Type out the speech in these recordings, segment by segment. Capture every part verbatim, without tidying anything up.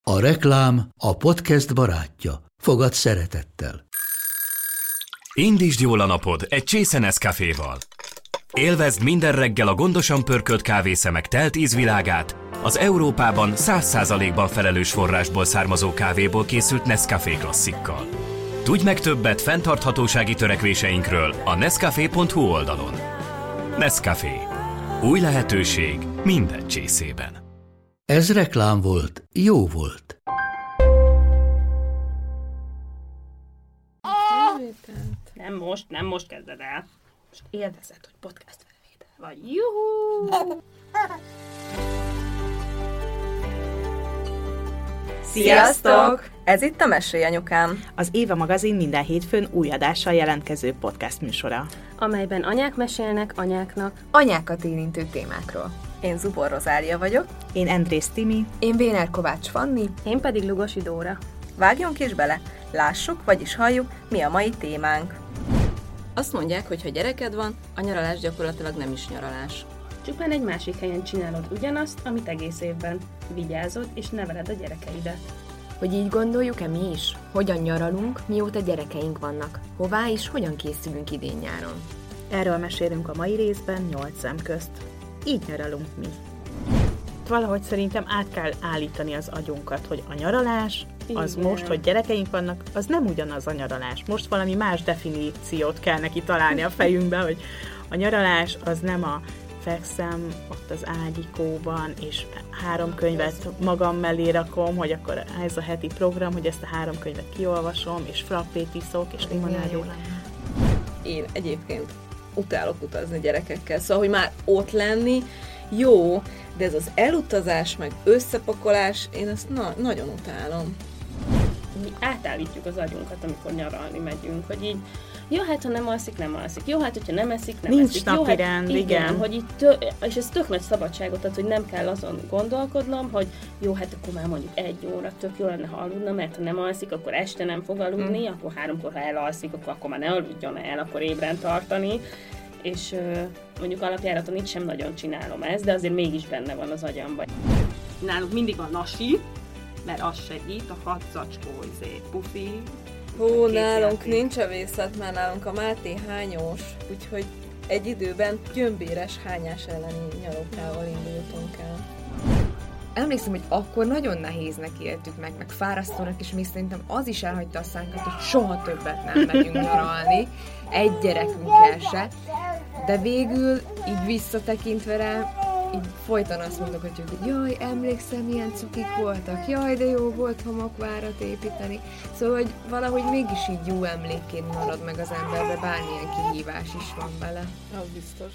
A reklám a podcast barátja. Fogad szeretettel. Indítsd jól a napod egy csésze Nescaféval. Élvezd minden reggel a gondosan pörkölt kávészemek telt ízvilágát, az Európában száz százalékban felelős forrásból származó kávéból készült Nescafé klasszikkal. Tudj meg többet fenntarthatósági törekvéseinkről a nescafé pont hu oldalon. Nescafé. Új lehetőség minden csészében. Ez reklám volt, jó volt. Nem most, nem most kezded el. Most élvezed, hogy podcast felvétel vagy. Juhú! Sziasztok! Ez itt a Mesélj Anyukám. Az Éva magazin minden hétfőn új adással jelentkező podcast műsora, amelyben anyák mesélnek anyáknak anyákat érintő témákról. Én Zubor Rozália vagyok. Én Endrész Timi. Én Béner Kovács Fanni. Én pedig Lugosi Dóra. Vágjunk is bele, lássuk, vagyis halljuk, mi a mai témánk. Azt mondják, hogy ha gyereked van, a nyaralás gyakorlatilag nem is nyaralás. Csupán egy másik helyen csinálod ugyanazt, amit egész évben. Vigyázod és neveled a gyerekeidet. Hogy így gondoljuk-e mi is? Hogyan nyaralunk, mióta gyerekeink vannak? Hová és hogyan készülünk idén-nyáron? Erről mesélünk a mai részben nyolc szem közt. Így nyaralunk mi. Valahogy szerintem át kell állítani az agyunkat, hogy a nyaralás, az igen. Most, hogy gyerekeink vannak, az nem ugyanaz a nyaralás. Most valami más definíciót kell neki találni a fejünkbe, hogy a nyaralás az nem a fekszem ott az ágyikóban, és három könyvet magam mellé rakom, hogy akkor ez a heti program, hogy ezt a három könyvet kiolvasom, és frappét iszok, és limonádót. Én egyébként utálok utazni gyerekekkel, szóval, hogy már ott lenni, jó, de ez az elutazás, meg összepakolás, én ezt na- nagyon utálom. Mi átállítjuk az agyunkat, amikor nyaralni megyünk, hogy így, jó, hát ha nem alszik, nem alszik. Jó, hát hogyha nem eszik, nem Nincs eszik. Nincs napi rend, hát, igen. igen. Hogy így tö- és ez tök nagy szabadságot ad, hogy nem kell azon gondolkodnom, hogy jó, hát akkor már mondjuk egy óra tök jó lenne, ha aludna, mert ha nem alszik, akkor este nem fog aludni, hmm. akkor háromkor, ha elalszik, akkor, akkor már ne aludjon el, akkor ébren tartani. És uh, mondjuk alapjáraton itt sem nagyon csinálom ezt, de azért mégis benne van az agyamban. Nálunk mindig a nasi, mert az segít, a hat zacskó, pufi. Hú, nálunk nincs a vészlet, mert nálunk a Máté hányós, úgyhogy egy időben gyömbéres hányás elleni nyalókával indultunk el. Emlékszem, hogy akkor nagyon nehéznek éltük meg, meg fárasztónak, és még szerintem az is elhagyta a szánkat, hogy soha többet nem megyünk nyaralni, egy gyerekünkkel se, de végül így visszatekintve rá, így folyton azt mondok, hogy jaj, emlékszem, milyen cukik voltak, jaj, de jó volt homokvárat építeni. Szóval, hogy valahogy mégis így jó emlékként marad meg az emberbe, bármilyen kihívás is van vele. Az biztos.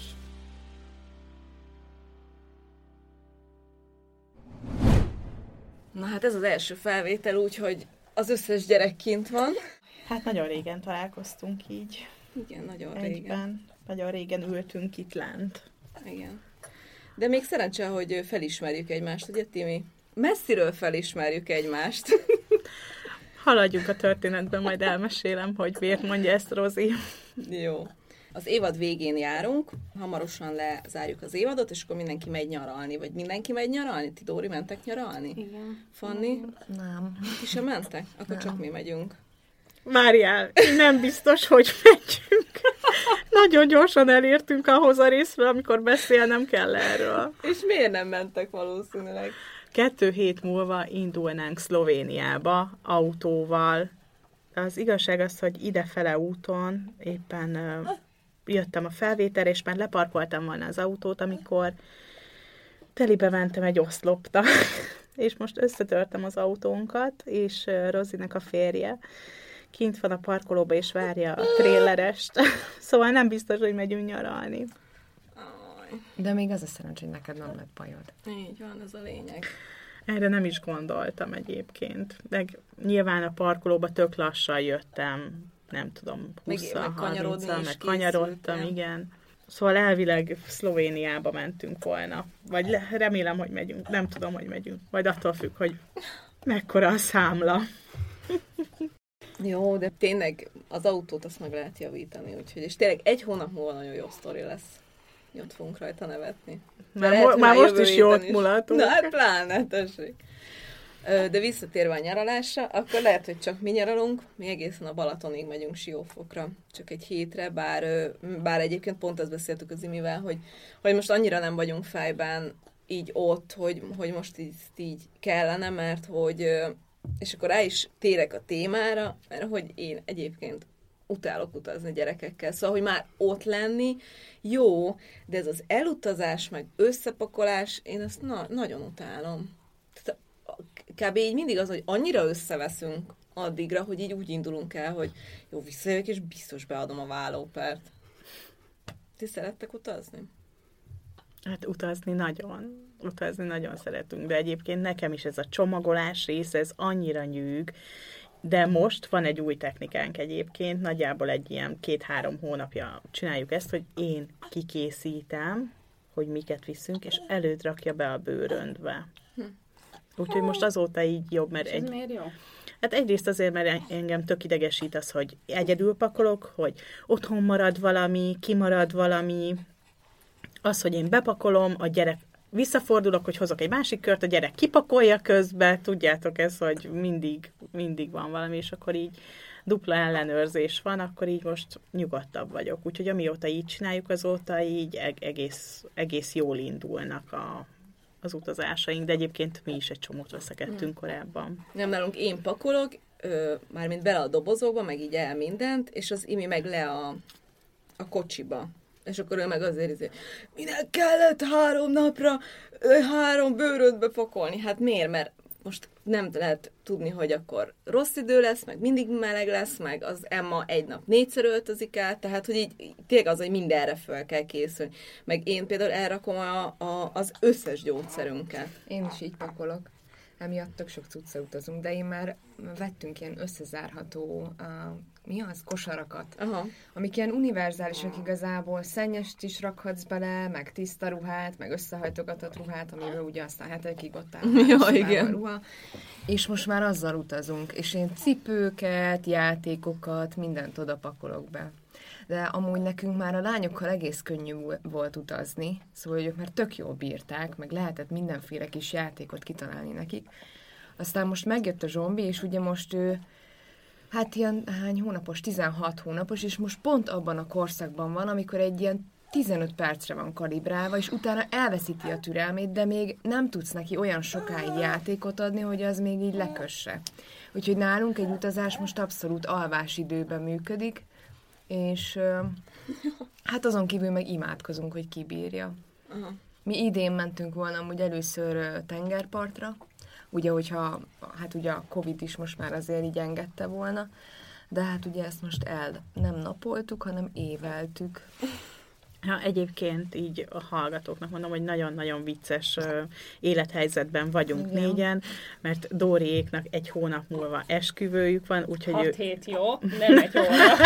Na hát ez az első felvétel, úgyhogy az összes gyerek kint van. Hát nagyon régen találkoztunk így. Igen, nagyon Egyben. régen. Nagyon régen ültünk itt lent. Igen. De még szerencse, hogy felismerjük egymást, ugye Timi? Messziről felismerjük egymást. Haladjunk a történetben, majd elmesélem, hogy miért mondja ezt Rozi. Jó. Az évad végén járunk, hamarosan lezárjuk az évadot, és akkor mindenki megy nyaralni. Vagy mindenki megy nyaralni? Ti, Dóri, mentek nyaralni? Igen. Fanni? Nem. Ti sem mentek? Akkor Nem. csak mi megyünk. Várjál, nem biztos, hogy megyünk. Nagyon gyorsan elértünk ahhoz a részre, amikor beszélnem kell erről. És miért nem mentek valószínűleg? Kettő hét múlva indulnánk Szlovéniába autóval. Az igazság az, hogy idefele úton éppen uh, jöttem a felvételre, és már leparkoltam volna az autót, amikor telibe mentem egy oszlopta. És most összetörtem az autónkat, és uh, Rozinek a férje kint van a parkolóba, és várja a trélerest. Szóval nem biztos, hogy megyünk nyaralni. De még az a szerencs, hogy neked nem lett bajod. Így van, ez a lényeg. Erre nem is gondoltam egyébként. De nyilván a parkolóba tök lassan jöttem, nem tudom, húsz-harminccal, meg kanyarodtam, igen. Szóval elvileg Szlovéniába mentünk volna. Vagy le, remélem, hogy megyünk. Nem tudom, hogy megyünk. Majd attól függ, hogy mekkora a számla. Jó, de tényleg az autót azt meg lehet javítani, úgyhogy, és tényleg egy hónap múlva nagyon jó sztori lesz. Jót fogunk rajta nevetni. Már, lehet, mo- már most is jót mulatunk. Na, hát pláne, tessék. De visszatérve a nyaralásra, akkor lehet, hogy csak mi nyaralunk, mi egészen a Balatonig megyünk Siófokra. Csak egy hétre, bár, bár egyébként pont azt beszéltük az Imivel, hogy, hogy most annyira nem vagyunk fejben így ott, hogy, hogy most így, így kellene, mert hogy, és akkor rá is térek a témára, mert hogy én egyébként utálok utazni gyerekekkel. Szóval, hogy már ott lenni, jó, de ez az elutazás, meg összepakolás, én ezt na- nagyon utálom. Tehát kb. Így mindig az, hogy annyira összeveszünk addigra, hogy így úgy indulunk el, hogy jó, visszajövök, és biztos beadom a vállópert. Ti szerettek utazni? Hát utazni nagyon. Utazni nagyon szeretünk, de egyébként nekem is ez a csomagolás rész, ez annyira nyűg, de most van egy új technikánk egyébként, nagyjából egy ilyen két-három hónapja csináljuk ezt, hogy én kikészítem, hogy miket viszünk, és előtt rakja be a bőröndbe. Úgyhogy most azóta így jobb, mert egy... miért jó? Hát egyrészt azért, mert engem tök idegesít az, hogy egyedül pakolok, hogy otthon marad valami, kimarad valami, az, hogy én bepakolom, a gyerek visszafordulok, hogy hozok egy másik kört, a gyerek kipakolja közbe, tudjátok ezt, hogy mindig, mindig van valami, és akkor így dupla ellenőrzés van, akkor így most nyugodtabb vagyok. Úgyhogy amióta így csináljuk, azóta így egész, egész jól indulnak a, az utazásaink, de egyébként mi is egy csomót veszekedtünk korábban. Nem, nálunk én pakolok, ö, mármint bele a dobozokba, meg így el mindent, és az Imi meg le a, a kocsiba. És akkor ő meg azért izé, minek kellett három napra ö, három bőrödbe pakolni? Hát miért? Mert most nem lehet tudni, hogy akkor rossz idő lesz, meg mindig meleg lesz, meg az Emma egy nap négyszer öltözik át, tehát hogy így tényleg az, hogy mindenre fel kell készülni. Meg én például elrakom a, a, az összes gyógyszerünket. Én is így pakolok. Emiatt tök sok cuccra utazunk, de én már vettünk ilyen összezárható, uh, mi az? Kosarakat. Aha. Amik ilyen univerzálisak igazából, szennyest is rakhatsz bele, meg tiszta ruhát, meg összehajtogatott ruhát, amiről ugye aztán hetekig ott áll ja, igen. a ruha. És most már azzal utazunk, és én cipőket, játékokat, mindent oda pakolok be. De amúgy nekünk már a lányokkal egész könnyű volt utazni, szóval ők már tök jól bírták, meg lehetett mindenféle kis játékot kitalálni nekik. Aztán most megjött a zsombi, és ugye most ő, hát ilyen hány hónapos, tizenhat hónapos, és most pont abban a korszakban van, amikor egy ilyen tizenöt percre van kalibrálva, és utána elveszíti a türelmét, de még nem tudsz neki olyan sokáig játékot adni, hogy az még így lekösse. Úgyhogy nálunk egy utazás most abszolút alvásidőben működik, és hát azon kívül meg imádkozunk, hogy kibírja. Aha. Mi idén mentünk volna amúgy először tengerpartra, ugye, hogyha, hát ugye a Covid is most már azért így engedte volna, de hát ugye ezt most el nem napoltuk, hanem éveltük. Ha egyébként így a hallgatóknak mondom, hogy nagyon-nagyon vicces uh, élethelyzetben vagyunk igen. négyen, mert Dóriéknak egy hónap múlva esküvőjük van, úgyhogy Hat ő... hét jó, nem egy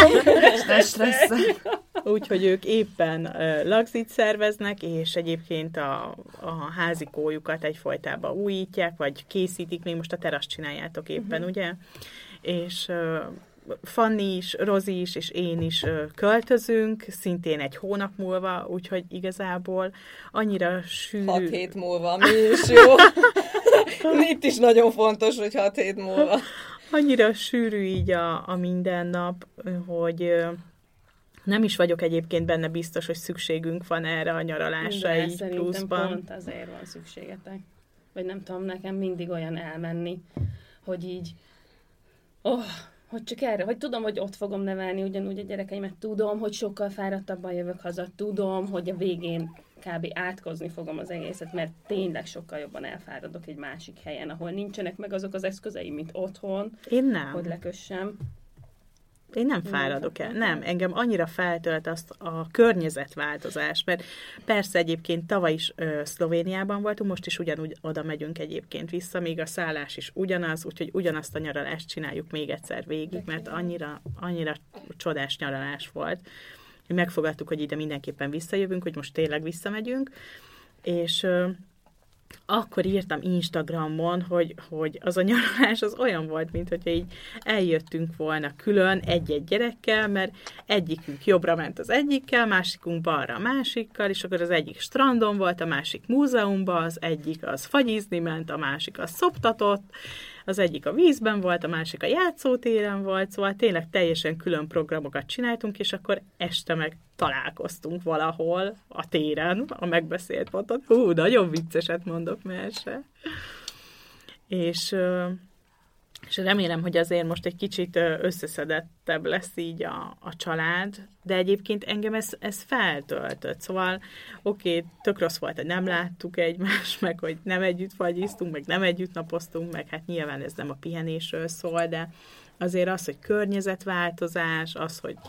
hónap. Úgyhogy ők éppen uh, lagzit szerveznek, és egyébként a, a házikójukat egyfolytában újítják, vagy készítik, még most a teraszt csináljátok éppen, uh-huh. ugye? És... Uh, Fanni is, Rozi is, és én is költözünk, szintén egy hónap múlva, úgyhogy igazából annyira sűrű... Hat hét múlva, mi is jó. Itt is nagyon fontos, hogy hat hét múlva. Annyira sűrű így a, a mindennap, hogy nem is vagyok egyébként benne biztos, hogy szükségünk van erre a nyaralásra de így szerintem pluszban. Pont azért van szükségetek. Vagy nem tudom, nekem mindig olyan elmenni, hogy így... Oh, hogy csak erre, hogy tudom, hogy ott fogom nevelni ugyanúgy a gyerekeimet, tudom, hogy sokkal fáradtabban jövök haza, tudom, hogy a végén kb. Átkozni fogom az egészet, mert tényleg sokkal jobban elfáradok egy másik helyen, ahol nincsenek meg azok az eszközeim, mint otthon, Én nem. hogy lekössem. Én nem fáradok el. Nem, engem annyira feltölt azt a környezetváltozás, mert persze egyébként tavaly is ö, Szlovéniában voltunk, most is ugyanúgy oda megyünk egyébként vissza, még a szállás is ugyanaz, úgyhogy ugyanazt a nyaralást csináljuk még egyszer végig, mert annyira, annyira csodás nyaralás volt. Mi megfogadtuk, hogy ide mindenképpen visszajövünk, hogy most tényleg visszamegyünk, és... Ö, akkor írtam Instagramon, hogy, hogy az a nyaralás az olyan volt, mint hogyha így eljöttünk volna külön egy-egy gyerekkel, mert egyikünk jobbra ment az egyikkel, másikunk balra a másikkal, és akkor az egyik strandon volt, a másik múzeumban, az egyik az fagyizni ment, a másik az szoptatott, az egyik a vízben volt, a másik a játszótéren volt, szóval tényleg teljesen külön programokat csináltunk, és akkor este meg találkoztunk valahol a téren, a megbeszélt ponton. Hú, nagyon vicceset mondok, mert se. És, és remélem, hogy azért most egy kicsit összeszedettebb lesz így a, a család, de egyébként engem ez, ez feltöltött. Szóval oké, okay, tök rossz volt, hogy nem láttuk egymást, meg hogy nem együtt fagyiztunk, meg nem együtt napoztunk, meg hát nyilván ez nem a pihenésről szól, de azért az, hogy környezetváltozás, az, hogy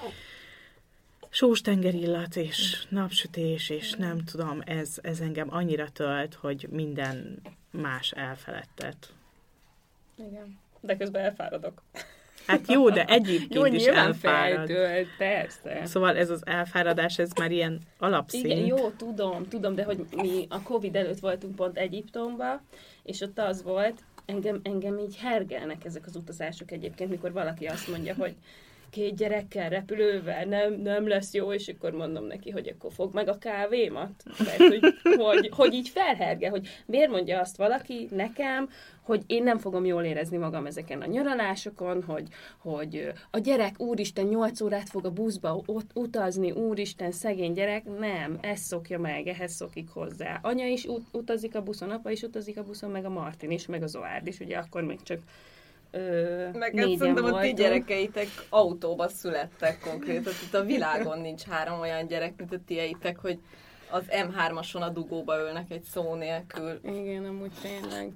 sós tengerillat és napsütés, és nem tudom, ez, ez engem annyira tölt, hogy minden más elfeledtet. Igen, de közben elfáradok. Hát jó, de egyébként jó, is elfárad. Feltölt, persze. Szóval ez az elfáradás, ez már ilyen alapszint. Igen, jó, tudom, tudom, de hogy mi a Covid előtt voltunk pont Egyiptomba, és ott az volt, engem, engem így hergelnek ezek az utazások egyébként, mikor valaki azt mondja, hogy két gyerekkel, repülővel, nem, nem lesz jó, és akkor mondom neki, hogy akkor fog meg a kávémat. Mert, hogy, hogy, hogy így felherge, hogy miért mondja azt valaki nekem, hogy én nem fogom jól érezni magam ezeken a nyaralásokon, hogy, hogy a gyerek, úristen, nyolc órát fog a buszba utazni, úristen, szegény gyerek, nem, ezt szokja meg, ehhez szokik hozzá. Anya is ut- utazik a buszon, apa is utazik a buszon, meg a Martin is, meg a Zoárd is, ugye akkor még csak Ö, meg hát szerintem a ti gyerekeitek autóba születtek konkrétan. Itt a világon nincs három olyan gyerek, mint a tieitek, hogy az em hármason a dugóba ülnek egy szó nélkül. Igen, amúgy tényleg.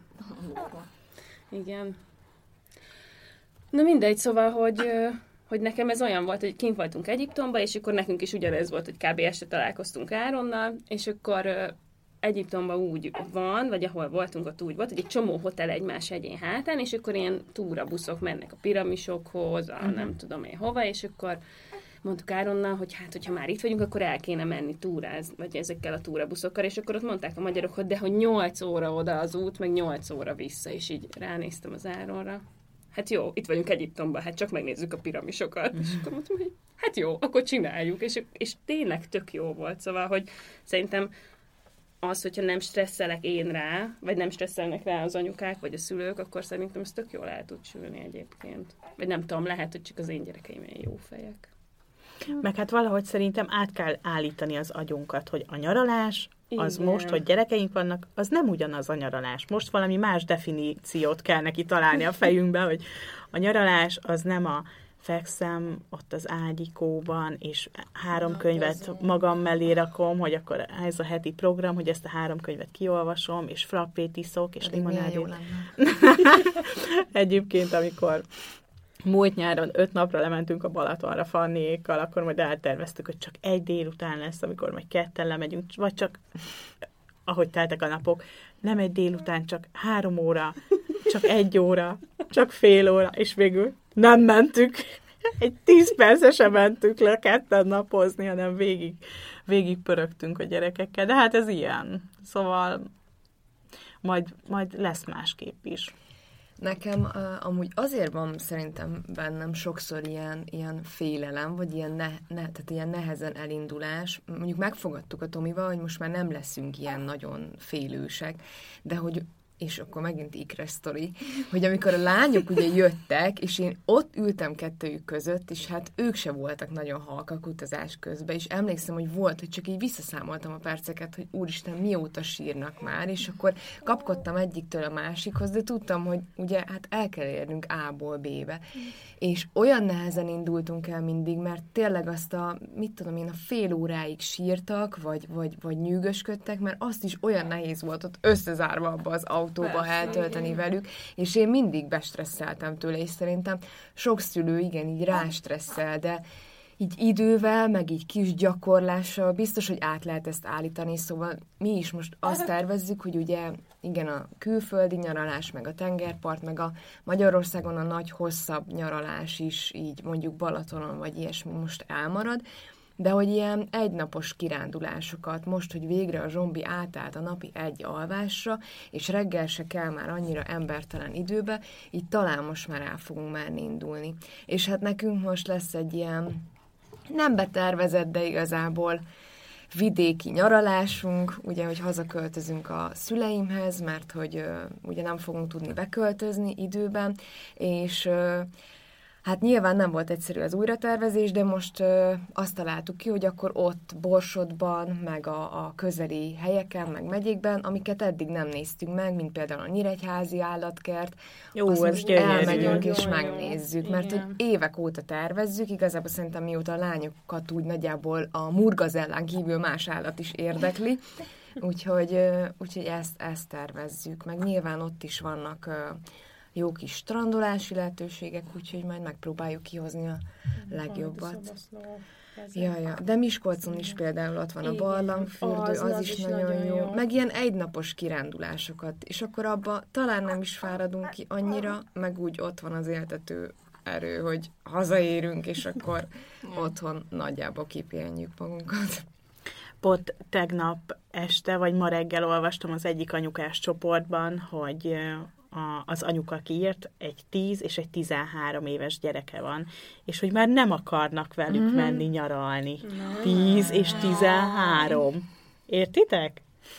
Igen. Na mindegy, szóval, hogy, hogy nekem ez olyan volt, hogy kint voltunk Egyiptomba, és akkor nekünk is ugyanez volt, hogy kb. Este találkoztunk Áronnal, és akkor Egyiptomban úgy van, vagy ahol voltunk, ott úgy volt, hogy egy csomó hotel egymás egyén hátán, és akkor ilyen túrabuszok mennek a piramisokhoz, a uh-huh. nem tudom én hova, és akkor mondtuk Áronnal, hogy hát, hogyha már itt vagyunk, akkor el kéne menni túrázni, vagy ezekkel a túrabuszokkal, és akkor ott mondták a magyarok, hogy de hogy nyolc óra oda az út, meg nyolc óra vissza, és így ránéztem az Áronra. Hát jó, itt vagyunk Egyiptomban, hát csak megnézzük a piramisokat. Uh-huh. És akkor mondtam, hogy hát jó, akkor csináljuk, és, és tényleg tök jó volt, szóval, hogy szerintem az, hogyha nem stresszelek én rá, vagy nem stresszelnek rá az anyukák, vagy a szülők, akkor szerintem ez tök jól el tud sülni egyébként. Vagy nem tudom, lehet, hogy csak az én gyerekeim ilyen jó fejek. Meg hát valahogy szerintem át kell állítani az agyunkat, hogy a nyaralás, az igen. most, hogy gyerekeink vannak, az nem ugyanaz a nyaralás. Most valami más definíciót kell neki találni a fejünkbe, hogy a nyaralás az nem a fekszem ott az ágyikóban, és három Na, könyvet magam mellé rakom, hogy akkor ez a heti program, hogy ezt a három könyvet kiolvasom, és frappét iszok, és limonádét. Egyébként, amikor múlt nyáron öt napra lementünk a Balatonra Fanniékkal, akkor majd elterveztük, hogy csak egy délután lesz, amikor majd ketten lemegyünk, vagy csak, ahogy teltek a napok, nem egy délután, csak három óra, csak egy óra, csak fél óra, és végül nem mentük. Egy tíz percre sem mentünk le ketten napozni, hanem végig, végig pörögtünk a gyerekekkel. De hát ez ilyen. Szóval majd, majd lesz másképp is. Nekem uh, amúgy azért van szerintem bennem sokszor ilyen, ilyen félelem, vagy ilyen, ne, ne, tehát ilyen nehezen elindulás. Mondjuk megfogadtuk a Tomival, hogy most már nem leszünk ilyen nagyon félősek, de hogy és akkor megint ikres sztori, hogy amikor a lányok ugye jöttek, és én ott ültem kettőjük között, és hát ők se voltak nagyon halkak utazás közben, és emlékszem, hogy volt, hogy csak így visszaszámoltam a perceket, hogy úristen, mióta sírnak már, és akkor kapkodtam egyiktől a másikhoz, de tudtam, hogy ugye hát el kell érnünk A-ból B-be. És olyan nehezen indultunk el mindig, mert tényleg azt a, mit tudom én, a fél óráig sírtak, vagy, vagy, vagy nyűgösködtek, mert azt is olyan nehéz volt ott összezárva abba az autóba Persze, eltölteni igen. velük, és én mindig bestresszeltem tőle, és szerintem sok szülő igen, így rástresszel, de így idővel, meg így kis gyakorlással biztos, hogy át lehet ezt állítani, szóval mi is most azt tervezzük, hogy ugye igen, a külföldi nyaralás, meg a tengerpart, meg a Magyarországon a nagy, hosszabb nyaralás is, így mondjuk Balatonon, vagy ilyesmi most elmarad, de hogy ilyen egynapos kirándulásokat, most, hogy végre a zsombi átállt a napi egy alvásra, és reggel se kell már annyira embertelen időbe, így talán most már el fogunk merni indulni. És hát nekünk most lesz egy ilyen nem betervezett, de igazából vidéki nyaralásunk, ugye, hogy hazaköltözünk a szüleimhez, mert hogy uh, ugye nem fogunk tudni beköltözni időben, és uh, hát nyilván nem volt egyszerű az újratervezés, de most ö, azt találtuk ki, hogy akkor ott Borsodban, meg a, a közeli helyeken, meg megyékben, amiket eddig nem néztünk meg, mint például a Nyíregyházi állatkert, jó, azt most elmegyünk jó, és jó, megnézzük, jó. mert hogy évek óta tervezzük, igazából szerintem mióta a lányokat úgy nagyjából a murgazellán kívül más állat is érdekli, úgyhogy, ö, úgyhogy ezt, ezt tervezzük, meg nyilván ott is vannak ö, jó kis strandolási lehetőségek, úgyhogy majd megpróbáljuk kihozni a legjobbat. Ja, ja. De Miskolcon is például ott van a barlangfürdő, az, az, az is nagyon, nagyon jó. jó. Meg ilyen egynapos kirándulásokat, és akkor abba talán nem is fáradunk ki annyira, meg úgy ott van az éltető erő, hogy hazaérünk, és akkor otthon nagyjából kipihenjük magunkat. Pont tegnap este, vagy ma reggel olvastam az egyik anyukás csoportban, hogy a, az anyuka kiírt, egy tíz és egy tizenhárom éves gyereke van, és hogy már nem akarnak velük mm-hmm. menni nyaralni. tíz és tizenhárom. Értitek?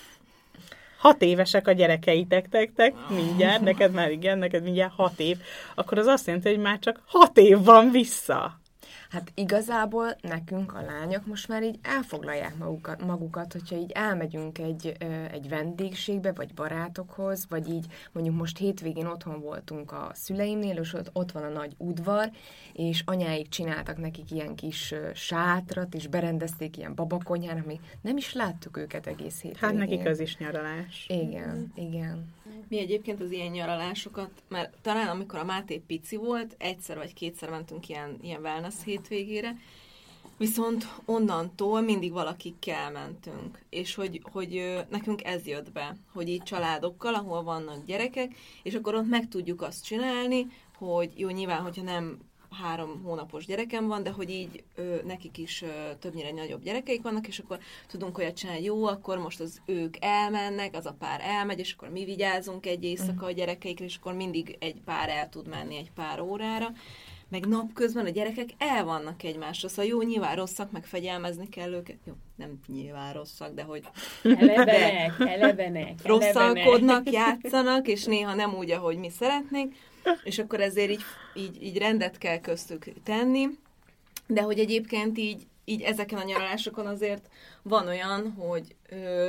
Hat évesek a gyerekeitek, tek, tek, mindjárt, neked már igen, neked mindjárt hat év, akkor az azt jelenti, hogy már csak hat év van vissza. Hát igazából nekünk a lányok most már így elfoglalják magukat, magukat hogyha így elmegyünk egy, egy vendégségbe, vagy barátokhoz, vagy így mondjuk most hétvégén otthon voltunk a szüleimnél, és ott, ott van a nagy udvar, és anyáik csináltak nekik ilyen kis sátrat, és berendezték ilyen babakonyhára, még nem is láttuk őket egész hétvégén. Hát nekik az is nyaralás. Igen, igen. Mi egyébként az ilyen nyaralásokat, mert talán amikor a Máté pici volt, egyszer vagy kétszer mentünk ilyen, ilyen wellness hétvégére, viszont onnantól mindig valakikkel mentünk. És hogy, hogy nekünk ez jött be, hogy így családokkal, ahol vannak gyerekek, és akkor ott meg tudjuk azt csinálni, hogy jó, nyilván, hogyha nem három hónapos gyerekem van, de hogy így ö, nekik is ö, többnyire nagyobb gyerekeik vannak, és akkor tudunk olyat csinálni, jó, akkor most az ők elmennek, az a pár elmegy, és akkor mi vigyázunk egy éjszaka a gyerekeikre, és akkor mindig egy pár el tud menni egy pár órára, meg napközben a gyerekek el vannak egymásra, szóval jó, nyilván rosszak, meg fegyelmezni kell őket, jó, nem nyilván rosszak, de hogy elevenek, elevenek, rosszalkodnak, játszanak, és néha nem úgy, ahogy mi szeretnénk, és akkor ezért így, így, így rendet kell köztük tenni, de hogy egyébként így, így ezeken a nyaralásokon azért van olyan, hogy, ö,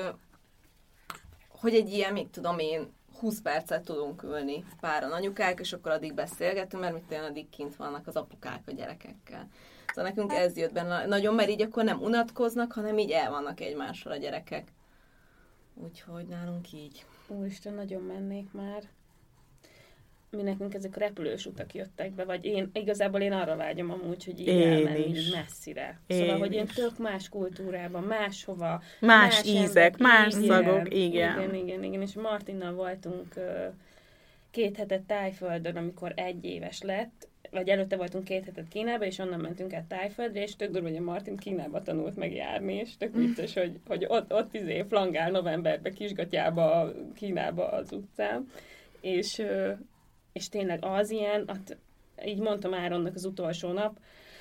hogy egy ilyen, mit tudom én, húsz percet tudunk ülni páran anyukák, és akkor addig beszélgetünk, mert mit tényleg addig kint vannak az apukák a gyerekekkel. Szóval nekünk ez jött benne nagyon, mert így akkor nem unatkoznak, hanem így el vannak egymással a gyerekek. Úgyhogy nálunk így. Úristen, nagyon mennék már. Mi nekünk ezek a repülős utak jöttek be, vagy én, igazából én arra vágyom amúgy, hogy így én elmenni is. messzire. Én szóval, hogy is. én tök más kultúrában, máshova. Más, más ízek, emberek, más igen, szagok, igen. Igen, igen, igen. És Martinnal voltunk uh, két hetet Tájföldön, amikor egy éves lett, vagy előtte voltunk két hetet Kínába, és onnan mentünk át Tájföldre, és tök durva, hogy a Martin Kínába tanult meg járni, és tök vicces, hogy, hogy ott, ott izé flangál novemberben Kisgatyába, Kínába az utcán, és uh, és tényleg az ilyen, hát így mondtam Áronnak az utolsó nap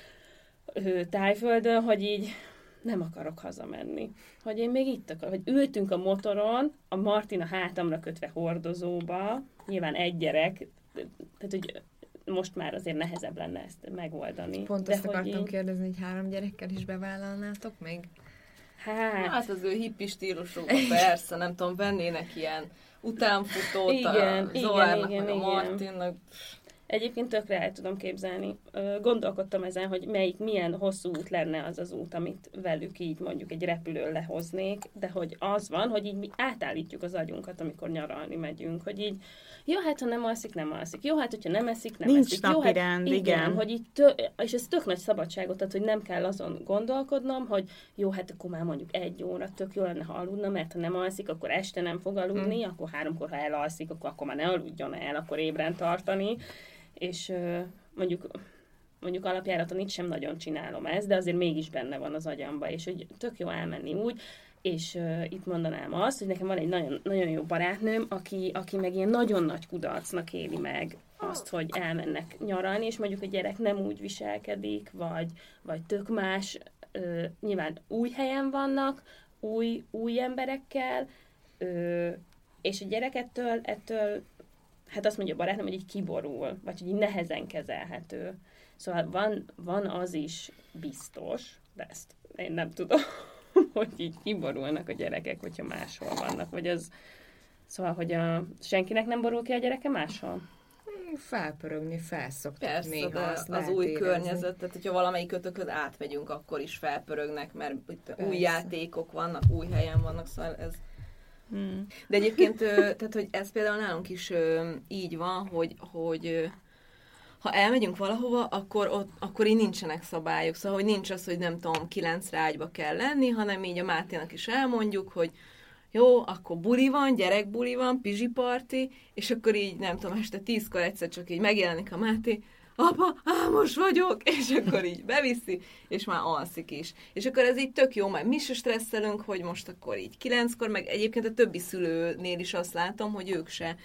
Tájföldön, hogy így nem akarok hazamenni. Hogy én még itt akarok. Hogy ültünk a motoron, a Martin a hátamra kötve hordozóba, nyilván egy gyerek, tehát hogy most már azért nehezebb lenne ezt megoldani. Pont de azt hogy akartam így... kérdezni, hogy három gyerekkel is bevállalnátok még? Hát, Hát az ő hippi stílusukban persze, nem tudom, vennének ilyen utánfutót, igen, a Zoárnak, igen, meg igen, a Martinnak. Egyébként tökre el tudom képzelni. Gondolkodtam ezen, hogy melyik, milyen hosszú út lenne az az út, amit velük így mondjuk egy repülőn lehoznék, de hogy az van, hogy így mi átállítjuk az agyunkat, amikor nyaralni megyünk, hogy így, jó, hát ha nem alszik, nem alszik. Jó, hát hogyha nem eszik, nem Nincs eszik. napi Jó, hát, rend, igen, igen. hogy így tö- és ez tök nagy szabadságot ad, hogy nem kell azon gondolkodnom, hogy jó, hát akkor már mondjuk egy óra tök jó lenne, ha aludna, mert ha nem alszik, akkor este nem fog aludni, hmm. akkor háromkor, ha elalszik, akkor, akkor már ne aludjon el, akkor ébren tartani. És mondjuk mondjuk alapjáraton itt sem nagyon csinálom ezt, de azért mégis benne van az agyamba, és hogy tök jó elmenni úgy, és uh, itt mondanám azt, hogy nekem van egy nagyon, nagyon jó barátnőm, aki, aki meg ilyen nagyon nagy kudarcnak éli meg azt, hogy elmennek nyaralni, és mondjuk a gyerek nem úgy viselkedik, vagy, vagy tök más, uh, nyilván új helyen vannak, új, új emberekkel, uh, és a gyerek ettől, ettől, hát azt mondja a barátnőm, hogy így kiborul, vagy hogy így nehezen kezelhető. Szóval van, van az is biztos, de ezt én nem tudom, hogy így kiborulnak a gyerekek, hogyha máshol vannak, vagy az... Szóval, hogy a, senkinek nem borul ki a gyereke máshol? Felpörögni, felszoktak Persze, néha, de azt az új környezet, tehát hogyha valamelyik kötököz átmegyünk, akkor is felpörögnek, mert új játékok vannak, új helyen vannak, szóval ez... Hmm. De egyébként, tehát, hogy ez például nálunk is így van, hogy, hogy ha elmegyünk valahova, akkor, ott, akkor így nincsenek szabályok. Szóval, hogy nincs az, hogy nem tudom, kilencre ágyba kell lenni, hanem így a Máténak is elmondjuk, hogy jó, akkor buli van, gyerekbuli van, pizsiparti, és akkor így, nem tudom, este tízkor egyszer csak így megjelenik a Máté, apa, álmos vagyok, és akkor így beviszi, és már alszik is. És akkor ez így tök jó, mert mi se stresszelünk, hogy most akkor így kilenckor, meg egyébként a többi szülőnél is azt látom, hogy ők se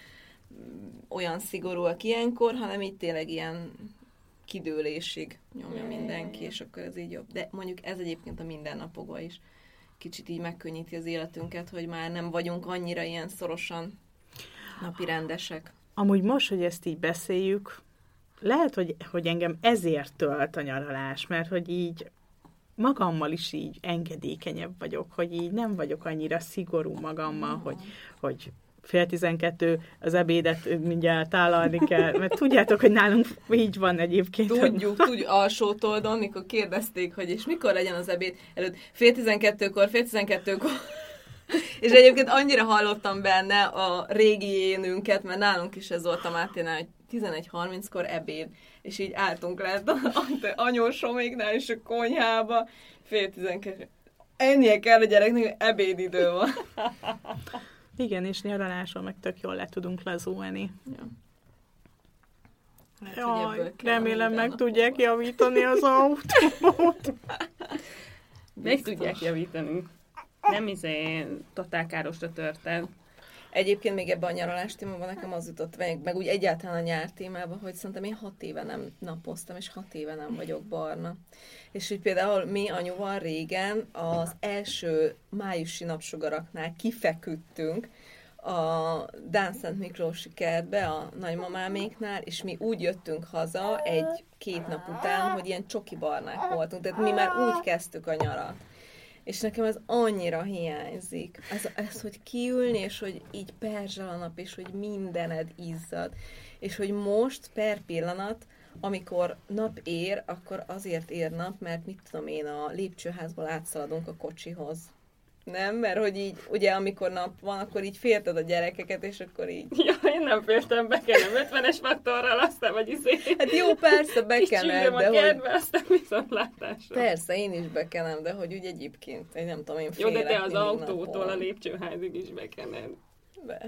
olyan szigorúak ilyenkor, hanem így tényleg ilyen kidőlésig nyomja mindenki, és akkor ez így jobb. De mondjuk ez egyébként a mindennapokban is kicsit így megkönnyíti az életünket, hogy már nem vagyunk annyira ilyen szorosan napirendesek. Amúgy most, hogy ezt így beszéljük, lehet, hogy, hogy engem ezért tölt a nyaralás, mert hogy így magammal is így engedékenyebb vagyok, hogy így nem vagyok annyira szigorú magammal, hogy, hogy fél tizenkettő az ebédet mindjárt tálalni kell, mert tudjátok, hogy nálunk így van egyébként. Tudjuk, tudjuk, alsó toldon, mikor kérdezték, hogy és mikor legyen az ebéd előtt, fél tizenkettőkor, fél tizenkettőkor. És egyébként annyira hallottam benne a régi énünket, mert nálunk is ez volt a Máténál, hogy tizenegy harminckor ebéd, és így álltunk le anyósoméknál és a konyhába, fél tizenkettő. Ennyie kell a gyereknek, hogy ebédidő van. Igen, és nyaraláson meg tök jól le tudunk lazulni. Ja. Hát, jaj, remélem meg tudják javítani az autót. Meg tudják javítani. Nem izé totál károsra törted. Egyébként még ebben a nyaralás témában nekem az jutott meg, meg úgy egyáltalán a nyár témában, hogy szerintem én hat éve nem napoztam, és hat éve nem vagyok barna. És úgy például mi anyuval régen az első májusi napsugaraknál kifeküdtünk a Dán-Szent Miklósi kertbe, a nagymamáméknál, és mi úgy jöttünk haza egy-két nap után, hogy ilyen csoki barnák voltunk. Tehát mi már úgy kezdtük a nyarat. És nekem ez annyira hiányzik. Ez, ez, hogy kiülni, és hogy így perzsel a nap, és hogy mindened izzad. És hogy most per pillanat, amikor nap ér, akkor azért ér nap, mert mit tudom én, a lépcsőházból átszaladunk a kocsihoz. Nem? Mert hogy így, ugye amikor nap van, akkor így félted a gyerekeket, és akkor így... Ja, én nem féltem, bekenem ötvenes faktorral, aztán vagy izé... Hát jó, persze, bekenem, de a kertbe, hogy... aztán viszontlátásra. Persze, én is bekenem, de hogy úgy egyébként, én nem tudom, én félek. Jó, de te az autótól napon. a lépcsőházig is bekened. Be.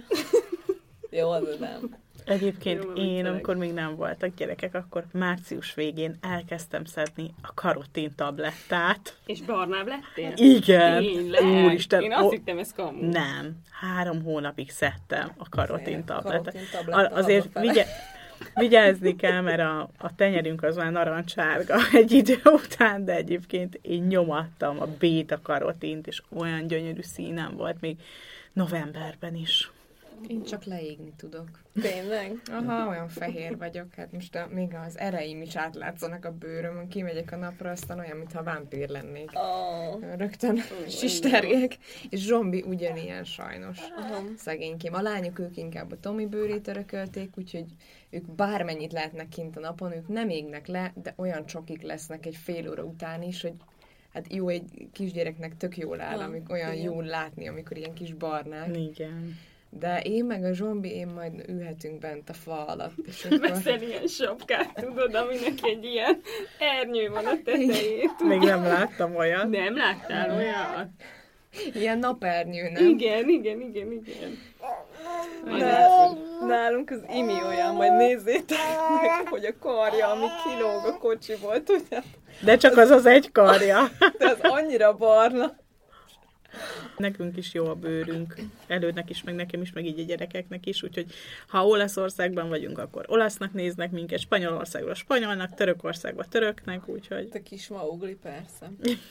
Jó, az nem. Egyébként Jó, én, viccelek. amikor még nem voltak gyerekek, akkor március végén elkezdtem szedni a karotin tablettát. És barnább lettél? Igen. Tényleg? Úristen. Én azt o- hittem, ez kamu. Nem. Három hónapig szedtem a karotin tablettát. Karotin tabletta Azért hazafele. vigye- vigyázni kell, mert a, a tenyerünk az már narancsárga egy idő után, de egyébként én nyomattam a béta karotint, és olyan gyönyörű színem volt még novemberben is. Én csak leégni tudok. Tényleg? Aha, olyan fehér vagyok, hát most a, még az ereim is átlátszanak a bőrömön, kimegyek a napra, aztán olyan, mintha vámpír lennék. Oh. Rögtön sistergek, és Zsombi ugyanilyen sajnos. Aha. Szegénykém. A lányok ők inkább a Tomi bőrét örökölték, úgyhogy ők bármennyit lehetnek kint a napon, ők nem égnek le, de olyan csokik lesznek egy fél óra után is, hogy hát jó, egy kisgyereknek tök jól áll, Ha, amikor olyan igen. jól látni, amikor ilyen kis barnák. Igen. De én meg a Zsombi, én majd ülhetünk bent a fa alatt. És akkor... Veszel ilyen sapkát, tudod, aminek egy ilyen ernyő van a tetején. Még nem láttam olyat. Nem láttál olyat? Ilyen napernyő, nem? Igen, igen, igen, igen. De Nálunk az Imi olyan, majd nézzétek meg, hogy a karja, ami kilóg a kocsiból, tudjátok? De csak az az egy karja. De az annyira barna. Nekünk is jó a bőrünk. Elődnek is, meg nekem is, meg így a gyerekeknek is. Úgyhogy ha Olaszországban vagyunk, akkor olasznak néznek minket, Spanyolországban spanyolnak, Törökországban töröknek, úgyhogy... A kis maugli, persze.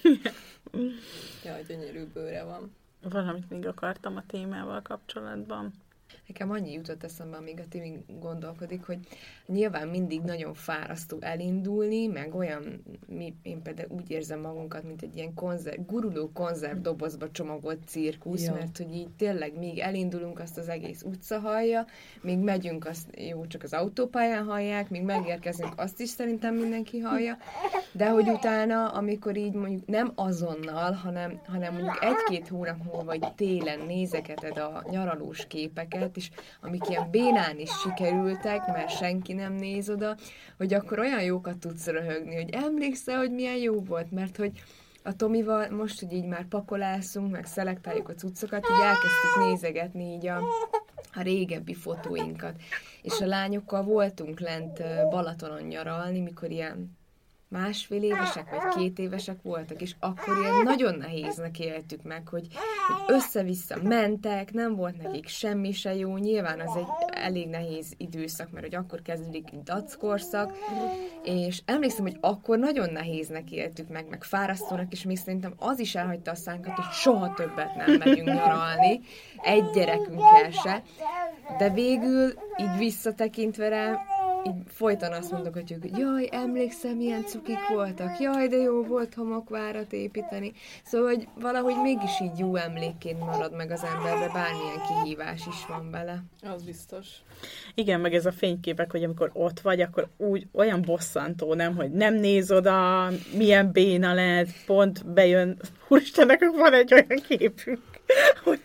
Jaj, gyönyörű bőre van. Valamit még akartam a témával kapcsolatban. Nekem annyi jutott eszembe, amíg a Timi gondolkodik, hogy nyilván mindig nagyon fárasztó elindulni, meg olyan, mi, én például úgy érzem magunkat, mint egy ilyen konzerv, guruló konzervdobozba csomagolt cirkusz, ja. Mert hogy így tényleg még elindulunk, azt az egész utca hallja, még megyünk, azt jó, csak az autópályán hallják, még megérkezünk, azt is szerintem mindenki hallja, de hogy utána, amikor így mondjuk nem azonnal, hanem, hanem mondjuk egy-két hónap múlva, vagy télen nézegeted a nyaralós képeket, és amik ilyen bénán is sikerültek, mert senki nem néz oda, hogy akkor olyan jókat tudsz röhögni, hogy emlékszel, hogy milyen jó volt, mert hogy a Tomival most, hogy így már pakolászunk, meg szelektáljuk a cuccokat, így elkezdtük nézegetni így a, a régebbi fotóinkat. És a lányokkal voltunk lent Balatonon nyaralni, mikor ilyen másfél évesek, vagy két évesek voltak, és akkor ilyen nagyon nehéznek éltük meg, hogy, hogy össze-vissza mentek, nem volt nekik semmi se jó, nyilván az egy elég nehéz időszak, mert hogy akkor kezdődik egy dackorszak, és emlékszem, hogy akkor nagyon nehéznek éltük meg, meg fárasztónak, és még szerintem az is elhagyta a szánkat, hogy soha többet nem megyünk nyaralni, egy gyerekünkkel se, de végül így visszatekintve rá, így folyton azt mondok, hogy jaj, emlékszem, milyen cukik voltak, jaj, de jó volt homokvárat építeni. Szóval, hogy valahogy mégis így jó emlékként marad meg az emberbe, bármilyen kihívás is van bele. Az biztos. Igen, meg ez a fényképek, hogy amikor ott vagy, akkor úgy olyan bosszantó, nem, hogy nem néz oda, milyen béna lehet, pont bejön, úristennek, van egy olyan képünk, hogy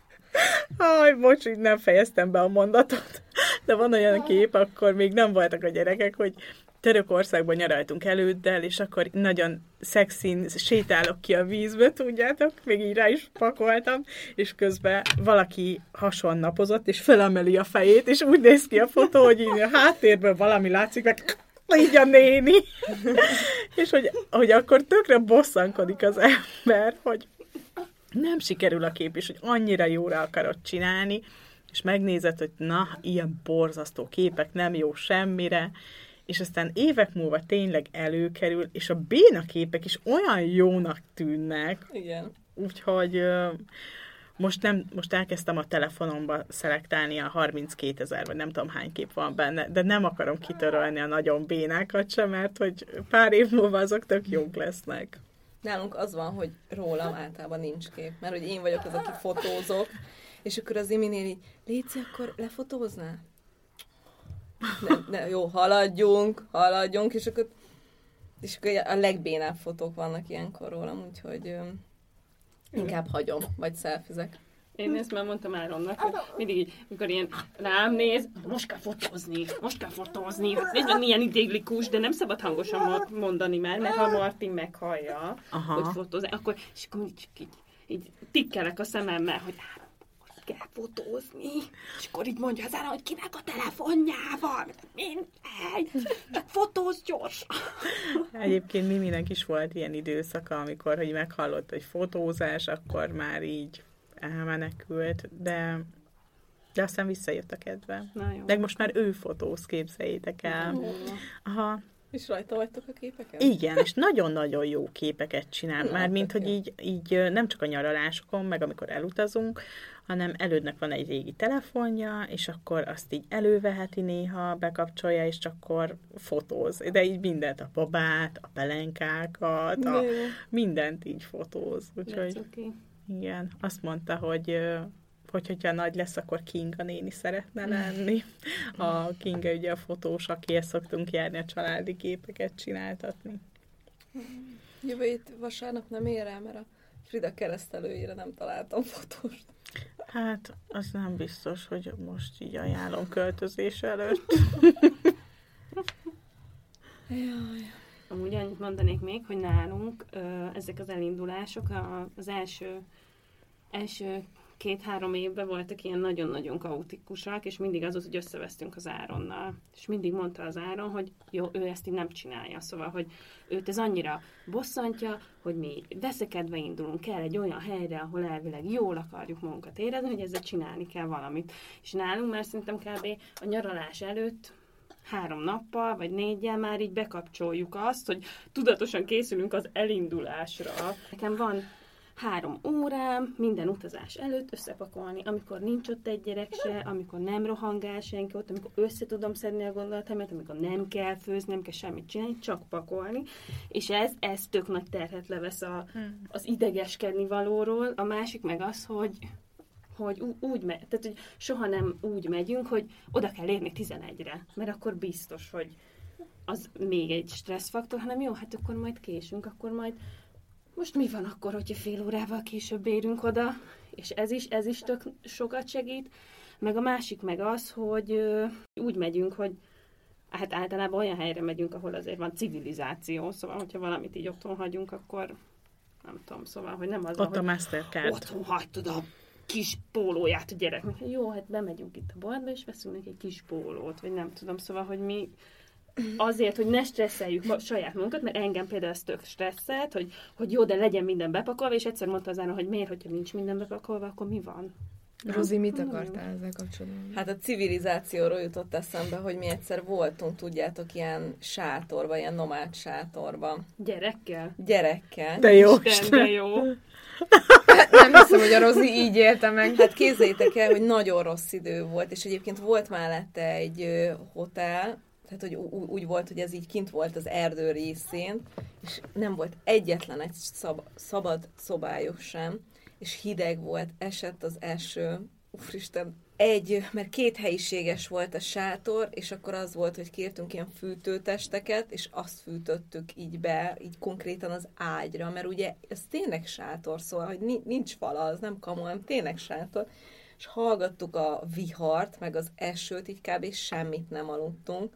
aj, bocs, így nem fejeztem be a mondatot, de van olyan kép, akkor még nem voltak a gyerekek, hogy Törökországban nyaraltunk előddel, és akkor nagyon szexin sétálok ki a vízbe, tudjátok, még így rá is pakoltam, és közben valaki hason napozott, és felemeli a fejét, és úgy néz ki a fotó, hogy így a háttérben valami látszik, meg így a néni. És hogy, hogy akkor tökre bosszankodik az ember, hogy nem sikerül a kép is, hogy annyira jóra akarod csinálni, és megnézed, hogy na, ilyen borzasztó képek, nem jó semmire, és aztán évek múlva tényleg előkerül, és a béna képek is olyan jónak tűnnek. Igen. Úgyhogy most, nem, most elkezdtem a telefonomba szelektálni a harminckétezer, vagy nem tudom hány kép van benne, de nem akarom kitörölni a nagyon bénákat sem, mert hogy pár év múlva azok tök jók lesznek. Nálunk az van, hogy rólam általában nincs kép, mert hogy én vagyok az, aki fotózok, és akkor az Iminél így, Léci, akkor lefotóznál? Nem, nem, jó, haladjunk, haladjunk, és akkor, és akkor a legbénább fotók vannak ilyenkor rólam, úgyhogy öm, inkább hagyom, vagy szelfizek. Én ezt már mondtam Áronnak, hogy mindig így, amikor ilyen rám néz, most kell fotózni, most kell fotózni. Ez van ilyen idéglikus, de nem szabad hangosan mondani már, mert ha Martin meghallja, aha, hogy fotózni, akkor, és akkor így, így, így tikkelek a szememmel, hogy most kell fotózni. És akkor így mondja az Áron, hogy kinek a telefonjával, mindegy, csak fotóz gyorsan. Egyébként Miminek is volt ilyen időszaka, amikor hogy meghallott, hogy fotózás, akkor már így elmenekült, de, de aztán visszajött a kedve. De most már ő fotóz, képzeljétek el. Aha. És rajta vagytok a képeken? Igen, és nagyon-nagyon jó képeket csinál. Mármint, hogy így, így nem csak a nyaralásokon, meg amikor elutazunk, hanem elődnek van egy régi telefonja, és akkor azt így előveheti néha, bekapcsolja, és akkor fotóz. De így mindent, a babát, a pelenkákat, a, mindent így fotóz. Úgyhogy okay. Igen, azt mondta, hogy hogy hogyha nagy lesz, akkor Kinga néni szeretne lenni. A Kinga ugye a fotós, akihez szoktunk járni a családi képeket csináltatni. Jövő hét vasárnap nem ér el, mert a Frida keresztelőjére nem találtam fotóst. Hát, az nem biztos, hogy most így ajánlom költözés előtt. Jaj. Amúgy annyit mondanék még, hogy nálunk ö, ezek az elindulások a, az első, első két-három évben voltak ilyen nagyon-nagyon kaotikusak, és mindig az volt, hogy összevesztünk az Áronnal. És mindig mondta az Áron, hogy jó, ő ezt így nem csinálja. Szóval, hogy őt ez annyira bosszantja, hogy mi veszekedve indulunk el egy olyan helyre, ahol elvileg jól akarjuk magunkat érezni, hogy ezzel csinálni kell valamit. És nálunk már szerintem kb. A nyaralás előtt három nappal, vagy négyel már így bekapcsoljuk azt, hogy tudatosan készülünk az elindulásra. Nekem van három órám minden utazás előtt összepakolni, amikor nincs ott egy gyerek se, amikor nem rohangál senki ott, amikor össze tudom szedni a gondolataimat, amikor nem kell főzni, nem kell semmit csinálni, csak pakolni. És ez, ez tök nagy terhet levesz a, az idegeskedni valóról. A másik meg az, hogy hogy úgy megy, tehát hogy soha nem úgy megyünk, hogy oda kell érni tizenegyre, mert akkor biztos, hogy az még egy stresszfaktor, hanem jó, hát akkor majd késünk, akkor majd most mi van akkor, hogyha fél órával később érünk oda, és ez is, ez is tök sokat segít, meg a másik meg az, hogy ö, úgy megyünk, hogy hát általában olyan helyre megyünk, ahol azért van civilizáció, szóval hogyha valamit így otthon hagyunk, akkor nem tudom, szóval, hogy nem az, ott hogy a Mastercard. Otthon hagytad a kis pólóját a gyereknek. Jó, hát bemegyünk itt a boltba, és veszünk neki egy kis pólót, vagy nem tudom, szóval, hogy mi azért, hogy ne stresszeljük saját magunkat, mert engem például ez tök stresszelt, hogy, hogy jó, de legyen minden bepakolva, és egyszer mondta az Áron, hogy miért, hogyha nincs minden bepakolva, akkor mi van? Rozi, mit akartál ezzel kapcsolatban? Hát a civilizációról jutott eszembe, hogy mi egyszer voltunk, tudjátok, ilyen sátorba, ilyen nomád sátorba. Gyerekkel? Gyerekkel. De jó. Isten, de jó. Nem hiszem, hogy a Rozi így élte meg. Hát képzeljétek el, hogy nagyon rossz idő volt, és egyébként volt mellette egy ö, hotel, tehát hogy ú- úgy volt, hogy ez így kint volt az erdő részén, és nem volt egyetlen egy szab- szabad szobájuk sem, és hideg volt, esett az eső, úristen, egy, mert két helyiséges volt a sátor, és akkor az volt, hogy kértünk ilyen fűtőtesteket, és azt fűtöttük így be, így konkrétan az ágyra, mert ugye ez tényleg sátor, szóval, hogy nincs fala, az nem kamu, hanem tényleg sátor, és hallgattuk a vihart, meg az esőt, így kb. Semmit nem aludtunk,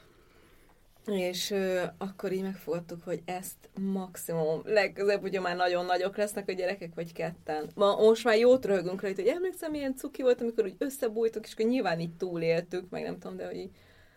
és ö, akkor így megfogadtuk, hogy ezt maximum, legközelebb ugye már nagyon nagyok lesznek a gyerekek, vagy ketten. Ma, most már jót röhögünk rajta, hogy emlékszem, milyen cuki volt, amikor úgy összebújtuk, és akkor nyilván így túléltük, meg nem tudom, de hogy így...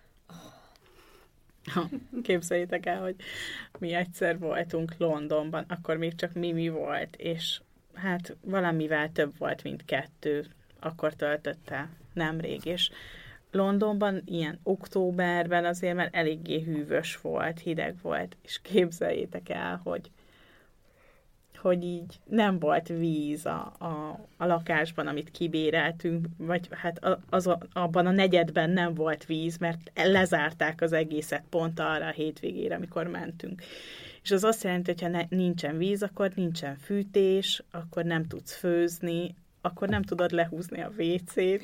Ha, képzeljétek el, hogy mi egyszer voltunk Londonban, akkor még csak Mimi volt, és hát valamivel több volt, mint kettő, akkor töltötte nemrég, és Londonban ilyen októberben azért már eléggé hűvös volt, hideg volt, és képzeljétek el, hogy, hogy így nem volt víz a, a, a lakásban, amit kibéreltünk, vagy hát az, abban a negyedben nem volt víz, mert lezárták az egészet pont arra a hétvégére, amikor mentünk. És az azt jelenti, hogy ha ne, nincsen víz, akkor nincsen fűtés, akkor nem tudsz főzni, akkor nem tudod lehúzni a vécét.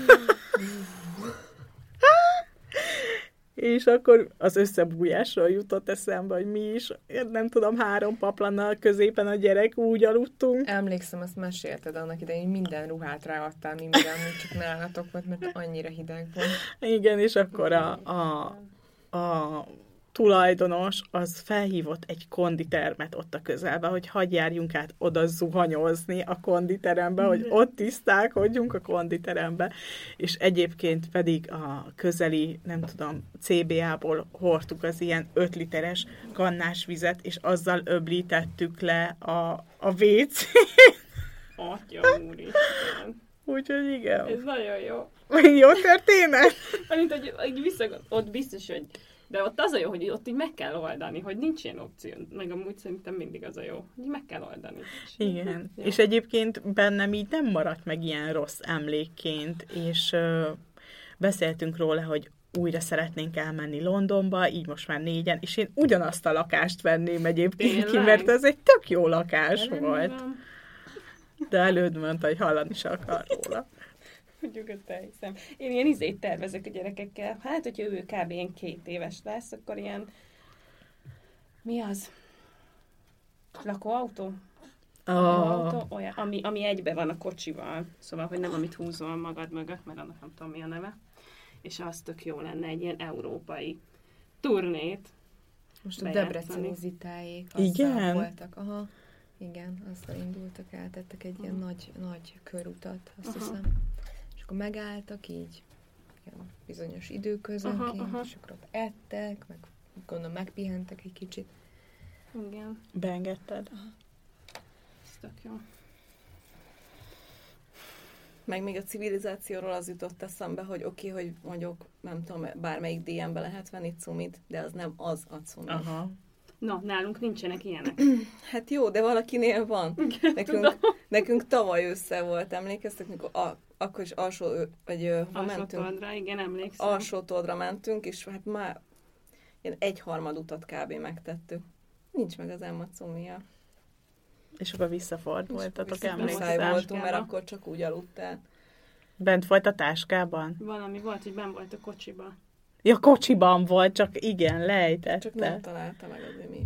És akkor az összebújásról jutott eszembe, hogy mi is, nem tudom, három paplannal középen a gyerek, úgy aludtunk. Emlékszem, azt mesélted annak idején, minden ruhát ráadtál, mindent, csak nálatok volt, mert annyira hideg volt. Igen, és akkor a, a, a tulajdonos az felhívott egy konditermet ott a közelben, hogy hadd járjunk át oda zuhanyozni a konditerembe, hogy ott tisztálkodjunk a konditerembe, és egyébként pedig a közeli, nem tudom, cé bé á-ból hordtuk az ilyen öt literes kannás vizet, és azzal öblítettük le a, a vécét. Atya úristen. Úgyhogy igen. Ez nagyon jó. Jó történet? Mint, hogy, hogy vissza, ott biztos, hogy de ott az a jó, hogy ott így meg kell oldani, hogy nincs ilyen opció. Meg amúgy szerintem mindig az a jó, hogy meg kell oldani. Igen. Ja. És egyébként bennem így nem maradt meg ilyen rossz emlékként, és ö, beszéltünk róla, hogy újra szeretnénk elmenni Londonba, így most már négyen, és én ugyanazt a lakást venném egyébként Tényleg? ki, mert ez egy tök jó lakás de volt. De előd mondta, hogy hallani se akar róla. Nyugodt elhiszem. Én ilyen izét tervezek a gyerekekkel. Hát, hogyha ő kb. Ilyen két éves lesz, akkor ilyen... Mi az? Lakóautó? Oh. Lakóautó? Olyan, ami, ami egybe van a kocsival. Szóval, hogy nem amit húzol magad mögött, mert annak nem tudom mi a neve. És az tök jó lenne egy ilyen európai turnét. Most a debreceni zitáék Igen? voltak. Aha. Igen, azzal indultak el, tettek egy ilyen nagy, nagy körutat, azt Aha. hiszem. És akkor megálltak így, ilyen bizonyos időközönként, Aha, aha. és akkor ott ettek, meg gondolom megpihentek egy kicsit. Igen, Beengedted? ez tök jó. Meg még a civilizációról az jutott eszembe, hogy oké, okay, hogy mondjuk, nem tudom, bármelyik dé em-be lehet venni cumit, de az nem az a cumi. Aha. Na, nálunk nincsenek ilyenek. Hát jó, de valakinél van. Igen, Nekünk, tudom. nekünk tavaly össze volt, emlékeztek, mikor a, akkor is alsó, ö- vagy ö, hol Alsó mentünk? toldra, igen, emlékszem. Alsó toldra mentünk, és hát már ilyen egyharmad utat kb. Megtettük. Nincs meg az Emma cumija. És akkor visszafordultatok, vissza- Muszáj emlékszem. voltunk, mert Táskába. akkor csak úgy aludtál. Bent volt a táskában? Valami volt, hogy benn volt a kocsiba. Ja, kocsiban volt, csak igen, lejtette. Csak nem találta meg az Imi.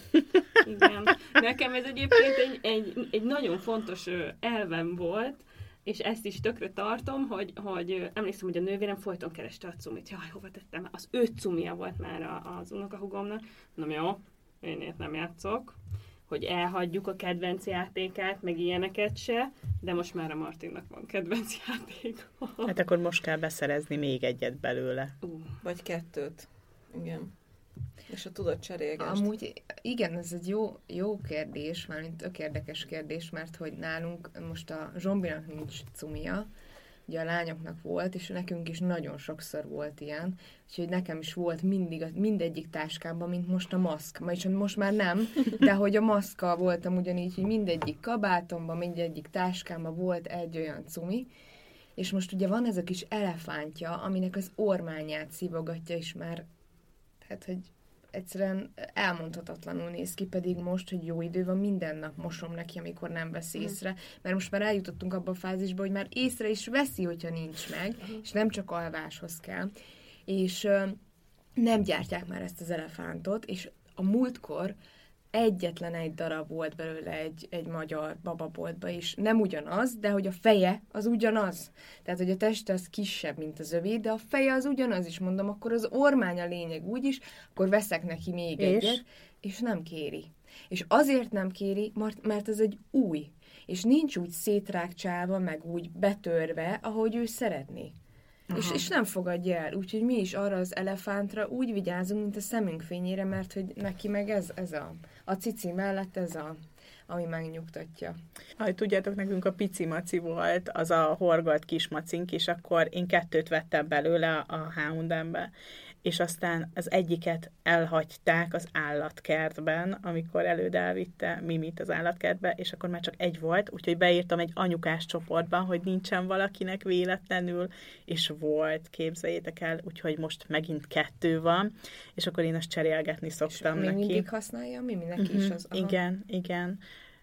Igen. Nekem ez egyébként egy, egy, egy nagyon fontos ö, elvem volt, és ezt is tökre tartom, hogy, hogy ö, emlékszem, hogy a nővérem folyton kereste a cumit. Jaj, hova tettem? Az ő cumia volt már a, az unokahúgomnak. Mondom, jó, én ilyet nem játszok, hogy elhagyjuk a kedvenc játékát, meg ilyeneket se, de most már a Martinnak van kedvenc játék. Hát akkor most kell beszerezni még egyet belőle. Uh, Vagy kettőt. Igen. És a tudod cserélgest. Amúgy igen, ez egy jó, jó kérdés, mármint tök érdekes kérdés, mert hogy nálunk most a Zsombinak nincs cumia, ugye a lányoknak volt, és nekünk is nagyon sokszor volt ilyen, úgyhogy nekem is volt mindig, mindegyik táskámban, mint most a maszk. Vagyis most már nem, de hogy a maszkkal voltam ugyanígy, hogy mindegyik kabátomban, mindegyik táskámban volt egy olyan cumi, és most ugye van ez a kis elefántja, aminek az ormányát szívogatja is már, tehát, hogy egyszerűen elmondhatatlanul néz ki, pedig most, hogy jó idő van, minden nap mosom neki, amikor nem vesz észre, mert most már eljutottunk abba a fázisba, hogy már észre is veszi, hogyha nincs meg, és nem csak alváshoz kell. És ö, nem gyártják már ezt az elefántot, és a múltkor egyetlen egy darab volt belőle egy, egy magyar bababoltba, és nem ugyanaz, de hogy a feje az ugyanaz. Tehát, hogy a teste az kisebb, mint az övé, de a feje az ugyanaz is, mondom, akkor az ormány a lényeg úgyis, akkor veszek neki még És? egyet, és nem kéri. És azért nem kéri, mert, mert ez egy új, és nincs úgy szétrákcsálva, meg úgy betörve, ahogy ő szeretné. És, és nem fogadja el. Úgyhogy mi is arra az elefántra úgy vigyázunk, mint a szemünk fényére, mert hogy neki meg ez, ez a, a cici mellett ez a, ami megnyugtatja. Ahogy tudjátok, nekünk a pici maci volt, az a horgolt kismacink, és akkor én kettőt vettem belőle a há és em-be, és aztán az egyiket elhagyták az állatkertben, amikor előd elvitte Mimit az állatkertbe, és akkor már csak egy volt, úgyhogy beírtam egy anyukás csoportban, hogy nincsen valakinek véletlenül, és volt, képzeljétek el, úgyhogy most megint kettő van, és akkor én azt cserélgetni szoktam és neki. még mindig használja Mimi neki uh-huh. is az. Aha. Igen, igen.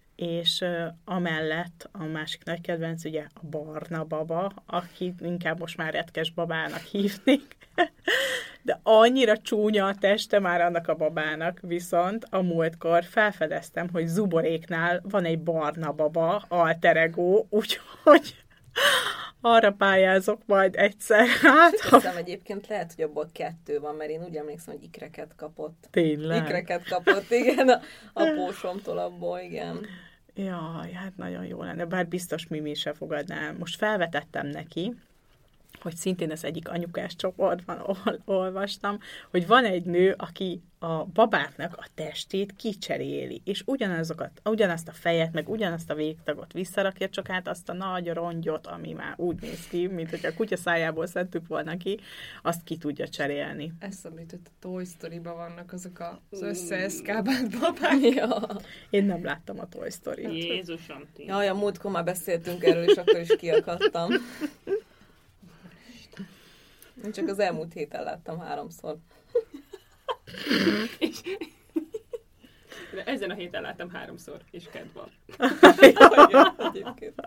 És uh, amellett a másik nagy kedvenc, ugye a barna baba, aki inkább most már retkes babának hívnék, de annyira csúnya a teste már annak a babának, viszont a múltkor felfedeztem, hogy Zuboréknál van egy barna baba, alter ego, úgyhogy arra pályázok majd egyszer. Hát, ha... Hiszem egyébként lehet, hogy abból kettő van, mert én úgy emlékszem, hogy ikreket kapott. Tényleg? Ikreket kapott, igen, a, a pósomtól abból, igen. Jaj, hát nagyon jó lenne, bár biztos Mimi se fogadná. Most felvetettem neki, hogy szintén az egyik anyukás csoportban ol- olvastam, hogy van egy nő, aki a babáknak a testét kicseréli, és ugyanazokat, ugyanazt a fejet, meg ugyanazt a végtagot visszarakja, csak hát azt a nagy rongyot, ami már úgy néz ki, mint hogy a kutya szájából szedtük volna ki, azt ki tudja cserélni. Eszembe jutott, a Toy Story-ban vannak azok az összeeszkábált babák. Ja. Én nem láttam a Toy Story-t. Jézusom, ti. Jaj, a múltkor már beszéltünk erről, és akkor is kiakadtam. Én csak az elmúlt héten láttam háromszor. És... De ezen a héten láttam háromszor, és kedv van. Jaj, egyébként.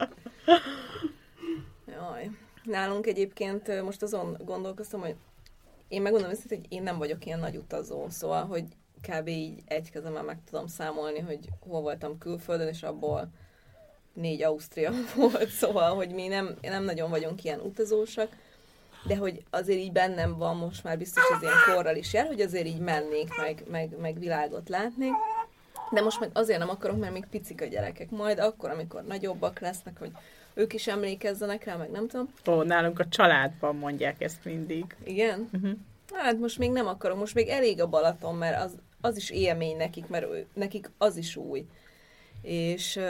Jaj. Nálunk egyébként most azon gondolkoztam, hogy én megmondom őszintén, hogy én nem vagyok ilyen nagy utazó, szóval, hogy kb. Így egy kezemmel meg tudom számolni, hogy hol voltam külföldön, és abból négy Ausztria volt, szóval, hogy mi nem, nem nagyon vagyunk ilyen utazósak, de hogy azért így bennem van, most már biztos ez ilyen korral is jel, hogy azért így mennék, meg, meg, meg világot látnék. De most meg azért nem akarok, mert még picik a gyerekek. Majd akkor, amikor nagyobbak lesznek, hogy ők is emlékezzenek rá, meg nem tudom. Ó, nálunk a családban mondják ezt mindig. Igen? Uh-huh. Hát most még nem akarok, most még elég a Balaton, mert az, az is élmény nekik, mert ő, nekik az is új. És,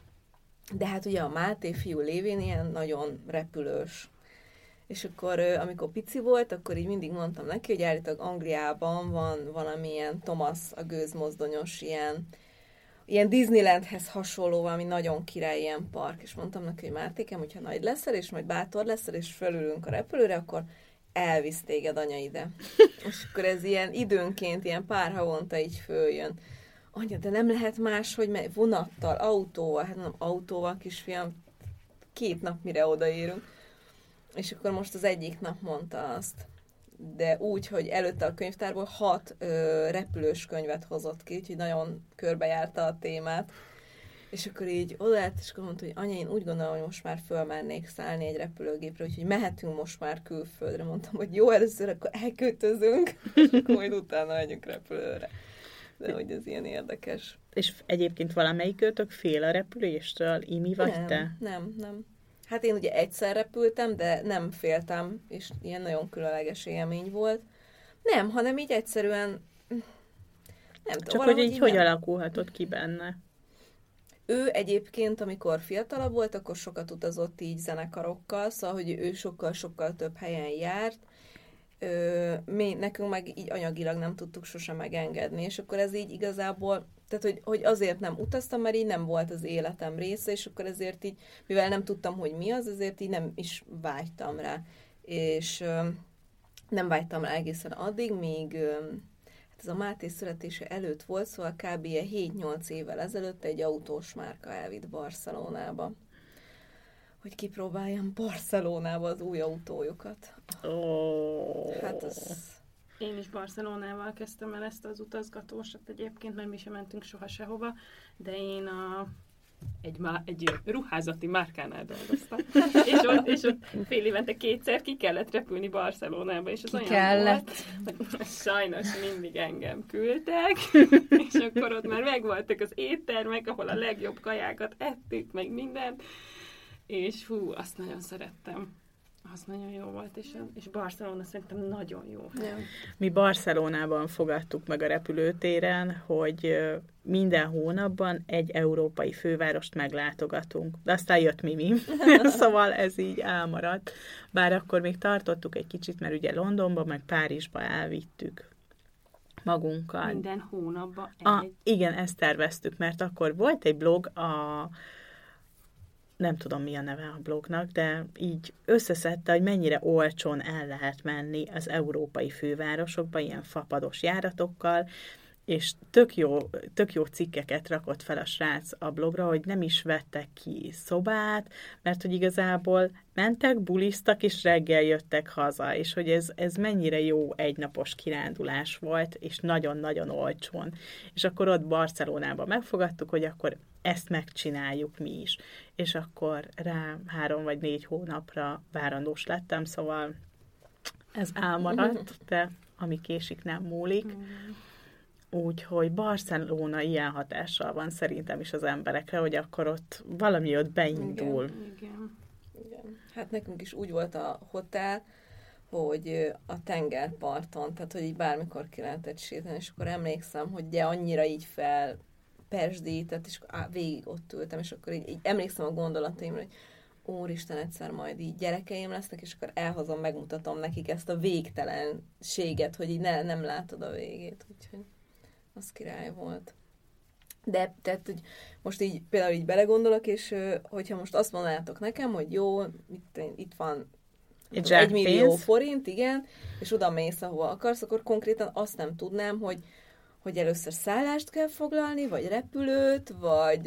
de hát ugye a Máté fiú lévén ilyen nagyon repülős. És akkor, amikor pici volt, akkor így mindig mondtam neki, hogy állítólag Angliában van valamilyen Thomas a gőzmozdonyos, ilyen, ilyen Disneylandhez hasonló, valami nagyon király ilyen park. És mondtam neki, hogy Mátékem, hogyha nagy leszel, és majd bátor leszel, és fölülünk a repülőre, akkor elvisz téged anya ide. És akkor ez ilyen időnként, ilyen pár havonta így följön. Anya, de nem lehet más, hogy megy vonattal, autóval, hát nem autóval, kisfiam, két nap mire odaérünk. És akkor most az egyik nap mondta azt, de úgy, hogy előtte a könyvtárból hat ö, repülős könyvet hozott ki, úgyhogy nagyon körbejárta a témát. És akkor így odaállt, és akkor mondta, hogy anya, én úgy gondolom, hogy most már fölmernék szállni egy repülőgépre, úgyhogy mehetünk most már külföldre. Mondtam, hogy jó, először akkor elköltözünk, és akkor majd utána megyünk repülőre. De hogy ez ilyen érdekes. És egyébként valamelyikőtök fél a repüléstől? Imi vagy nem, te? Nem, nem. Hát én ugye egyszer repültem, de nem féltem, és ilyen nagyon különleges élmény volt. Nem, hanem így egyszerűen nem tudom. Csak hogy így hogy nem. alakulhatott ki benne? Ő egyébként, amikor fiatalabb volt, akkor sokat utazott így zenekarokkal, szóval, hogy ő sokkal-sokkal több helyen járt. Ö, mi, nekünk meg így anyagilag nem tudtuk sosem megengedni, és akkor ez így igazából, tehát hogy, hogy azért nem utaztam, mert így nem volt az életem része, és akkor ezért így, mivel nem tudtam, hogy mi az, ezért így nem is vágytam rá. És ö, nem vágytam rá egészen addig, míg ö, hát ez a Máté születése előtt volt, szóval kb. hét-nyolc évvel ezelőtt egy autós márka elvitt Barcelonába, hogy kipróbáljam Barcelonába az új autójukat. Oh. Hát az... Én is Barcelonával kezdtem el ezt az utazgatósat egyébként, mert mi sem mentünk soha sehova, de én a, egy, má, egy ruházati márkánál dolgoztam. és, ott, és ott fél évente kétszer ki kellett repülni Barcelonába, és az ki olyan kellett. volt, hogy sajnos mindig engem küldtek, és akkor ott már megvoltak az éttermek, ahol a legjobb kajákat ettük, meg mindent, és hú, azt nagyon szerettem. Az nagyon jó volt, és, és Barcelona szerintem nagyon jó. Ja. Mi Barcelonában fogadtuk meg a repülőtéren, hogy minden hónapban egy európai fővárost meglátogatunk. De aztán jött Mimi, szóval ez így elmaradt. Bár akkor még tartottuk egy kicsit, mert ugye Londonba, meg Párizsba elvittük magunkkal. Minden hónapban egy. A, igen, ezt terveztük, mert akkor volt egy blog, a nem tudom mi a neve a blognak, de így összeszedte, hogy mennyire olcsón el lehet menni az európai fővárosokba, ilyen fapados járatokkal, és tök jó, tök jó cikkeket rakott fel a srác a blogra, hogy nem is vettek ki szobát, mert hogy igazából mentek, buliztak, és reggel jöttek haza, és hogy ez, ez mennyire jó egynapos kirándulás volt, és nagyon-nagyon olcsón. És akkor ott Barcelonában megfogadtuk, hogy akkor ezt megcsináljuk mi is. És akkor rá három vagy négy hónapra várandós lettem, szóval ez elmaradt, de ami késik, nem múlik. Úgyhogy Barcelona ilyen hatással van szerintem is az emberekre, hogy akkor ott valami ott beindul. Igen, igen. Igen. Hát nekünk is úgy volt a hotel, hogy a tengerparton, tehát hogy így bármikor ki lehetett sétálni, és akkor emlékszem, hogy ugye annyira így fel persdített, és á, végig ott ültem, és akkor így, így emlékszem a gondolataimra, hogy úristen, egyszer majd így gyerekeim lesznek, és akkor elhozom, megmutatom nekik ezt a végtelenséget, hogy így ne, nem látod a végét, úgyhogy az király volt. De tehát, hogy most így például így belegondolok, és hogyha most azt mondanátok nekem, hogy jó, itt, itt van egy, egy millió forint, igen, és oda mész, ahova akarsz, akkor konkrétan azt nem tudnám, hogy, hogy először szállást kell foglalni, vagy repülőt, vagy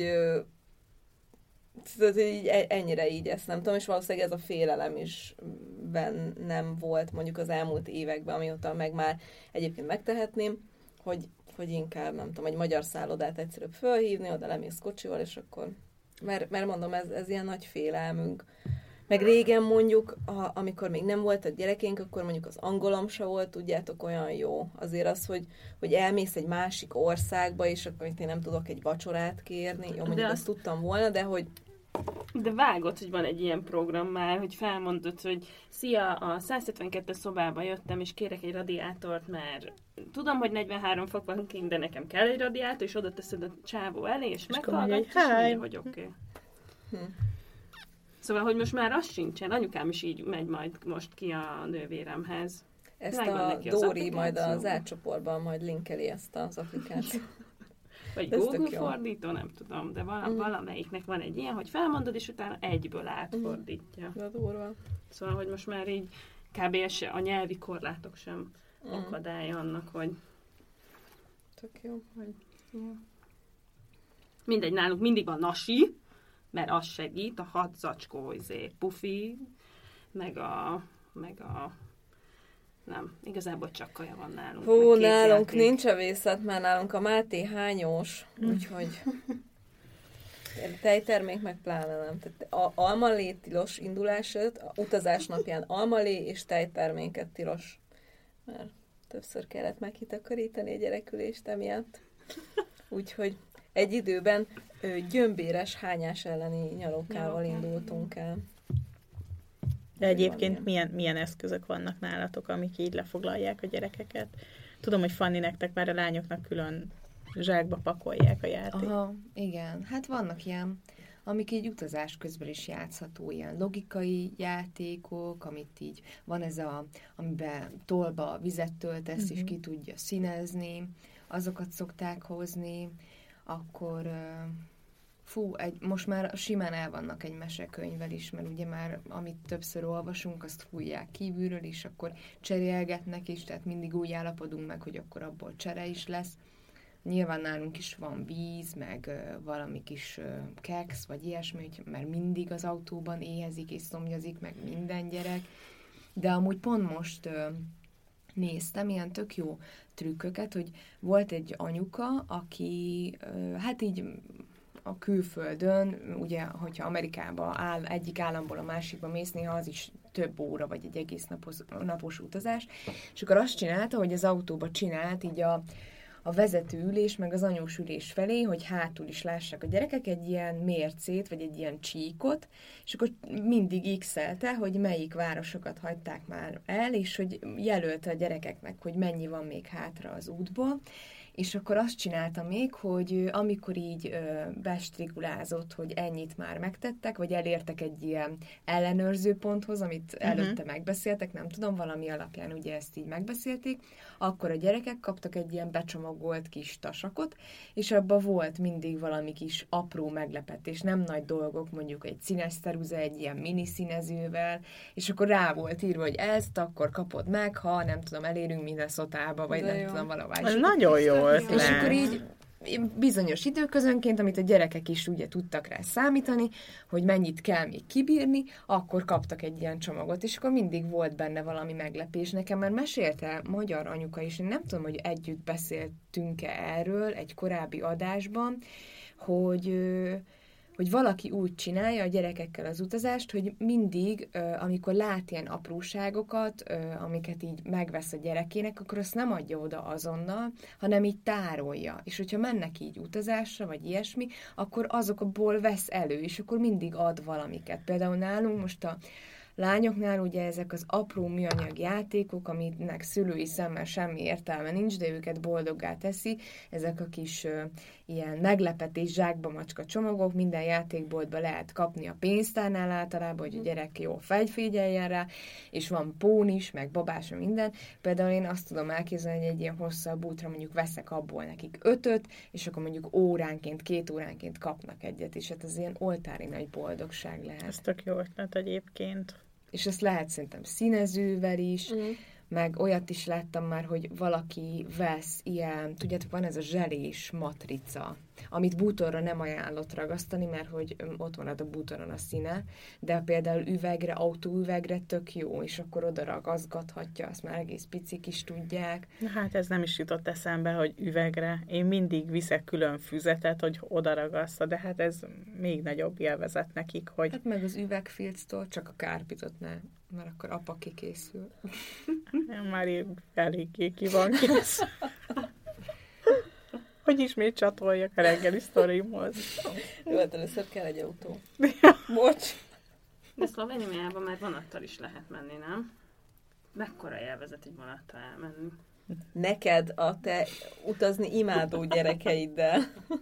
tehát így ennyire így ezt nem tudom, és valószínűleg ez a félelem is bennem volt mondjuk az elmúlt években, amióta meg már egyébként megtehetném, hogy, hogy inkább, nem tudom, egy magyar szállodát egyszerűbb fölhívni, oda lemész kocsival, és akkor, mert, mert mondom, ez, ez ilyen nagy félelmünk. Meg régen mondjuk, a, amikor még nem volt a gyerekénk, akkor mondjuk az angolom se volt, tudjátok, olyan jó. Azért az, hogy, hogy elmész egy másik országba, és akkor én nem tudok egy vacsorát kérni. Jó, mondjuk de azt tudtam volna, de hogy De vágod, hogy van egy ilyen program már, hogy felmondod, hogy szia, a száz hetvenkettes szobába jöttem, és kérek egy radiátort, mert tudom, hogy negyvenhárom fok van kint, de nekem kell egy radiátor, és oda teszed a csávó elé, és, és meghallgatja, és mondja, hogy oké. Okay. Hm. Szóval, hogy most már az sincsen, anyukám is így megy majd most ki a nővéremhez. Ezt Megvan a neki az Dóri majd az applikáció. átcsoportban majd linkeli ezt az applikációt. Vagy Ez Google tök jó. fordító, nem tudom, de vala, Mm. valamelyiknek van egy ilyen, hogy felmondod, és utána egyből átfordítja. De durva. Szóval, hogy most már így kb. Se, a nyelvi korlátok sem Mm. akadálya annak, hogy Tök jó. Hogy, ja. Mindegy, nálunk mindig van nasi, mert az segít, a hat zacskó izé, pufi, meg a, meg a nem, igazából csak kaja van nálunk. Hú, meg két nálunk játék. nincs a vészet, mert nálunk a Máté hányós, úgyhogy tejtermék meg pláne nem. Tehát a almalé tilos indulás előtt, a utazás napján almalé és tejterméket tilos. Mert többször kellett meghitakarítani a gyerekülést emiatt. Úgyhogy egy időben ö, gyömbéres hányás elleni nyalókával indultunk el. De egyébként milyen, milyen eszközök vannak nálatok, amik így lefoglalják a gyerekeket? Tudom, hogy Fanni, nektek már a lányoknak külön zsákba pakolják a játék. Aha, igen. Hát vannak ilyen, amik így utazás közben is játszható, ilyen logikai játékok, amit így van ez a, amiben tolba vizet töltesz, uh-huh. és ki tudja színezni, azokat szokták hozni, akkor fú, egy, most már simán el vannak egy mesekönyvvel is, mert ugye már amit többször olvasunk, azt fújják kívülről is, akkor cserélgetnek is, tehát mindig úgy állapodunk meg, hogy akkor abból csere is lesz. Nyilván nálunk is van víz, meg uh, valami kis uh, keksz, vagy ilyesmi, mert mindig az autóban éhezik és szomjazik, meg minden gyerek. De amúgy pont most uh, néztem ilyen tök jó trükköket, hogy volt egy anyuka, aki uh, hát így a külföldön, ugye, hogyha Amerikába áll, egyik államból a másikba mész, néha az is több óra, vagy egy egész napos, napos utazás, és akkor azt csinálta, hogy az autóba csinált így a a vezetőülés, meg az anyós ülés felé, hogy hátul is lássák a gyerekek egy ilyen mércét, vagy egy ilyen csíkot, és akkor mindig x-elte, hogy melyik városokat hagyták már el, és hogy jelölte a gyerekeknek, hogy mennyi van még hátra az útból, és akkor azt csinálta még, hogy amikor így ö, bestrikulázott, hogy ennyit már megtettek, vagy elértek egy ilyen ellenőrző ponthoz, amit uh-huh. előtte megbeszéltek, nem tudom, valami alapján ugye ezt így megbeszélték, akkor a gyerekek kaptak egy ilyen becsomagolt kis tasakot, és abban volt mindig valami kis apró meglepetés, nem nagy dolgok, mondjuk egy színes ceruza, egy ilyen mini színezővel, és akkor rá volt írva, hogy ezt akkor kapod meg, ha nem tudom, elérünk minden szotába, vagy de nem jó. tudom, valahogy. Ez nagyon jó ötlet. És akkor így bizonyos időközönként, amit a gyerekek is ugye tudtak rá számítani, hogy mennyit kell még kibírni, akkor kaptak egy ilyen csomagot, és akkor mindig volt benne valami meglepés. Nekem már mesélte magyar anyuka is, én nem tudom, hogy együtt beszéltünk-e erről egy korábbi adásban, hogy... hogy valaki úgy csinálja a gyerekekkel az utazást, hogy mindig, amikor lát ilyen apróságokat, amiket így megvesz a gyerekének, akkor azt nem adja oda azonnal, hanem így tárolja. És hogyha mennek így utazásra, vagy ilyesmi, akkor azokból vesz elő, és akkor mindig ad valamiket. Például nálunk most a lányoknál ugye ezek az apró műanyag játékok, aminek szülői szemmel semmi értelme nincs, de őket boldoggá teszi, ezek a kis uh, ilyen meglepetés zsákba macska csomagok, minden játékboltba lehet kapni a pénztárnál általában, hogy a gyerek jó felfigyeljen rá, és van pón is, meg babás, minden. Például én azt tudom elképzelni, hogy egy ilyen hosszabb útra mondjuk veszek abból nekik ötöt, és akkor mondjuk óránként, két óránként kapnak egyet, és hát ez ilyen oltári nagy boldogság lehet. Ez tök jó ötlet egyébként. És ezt lehet szerintem színezővel is, mm. meg olyat is láttam már, hogy valaki vesz ilyen, tudjátok, van ez a zselés matrica, amit bútorra nem ajánlott ragasztani, mert hogy ott van a bútoron a színe, de például üvegre, autóüvegre tök jó, és akkor oda ragaszgathatja, azt már egész picik is tudják. Na hát ez nem is jutott eszembe, hogy üvegre. Én mindig viszek külön füzetet, hogy oda ragaszta, de hát ez még nagyobb élvezet nekik, hogy... Hát meg az üvegfilctól csak a kárpitot ne, mert akkor apa kikészül. Már én eléggé ki van kész. Hogy ismét csatoljak a reggeli sztorimhoz. Jó, hát először kell egy autó. Bocs. De Szlovéniában már vonattal is lehet menni, nem? Mekkora élvezet egy vonattal elmenni? Neked a te utazni imádó gyerekeiddel.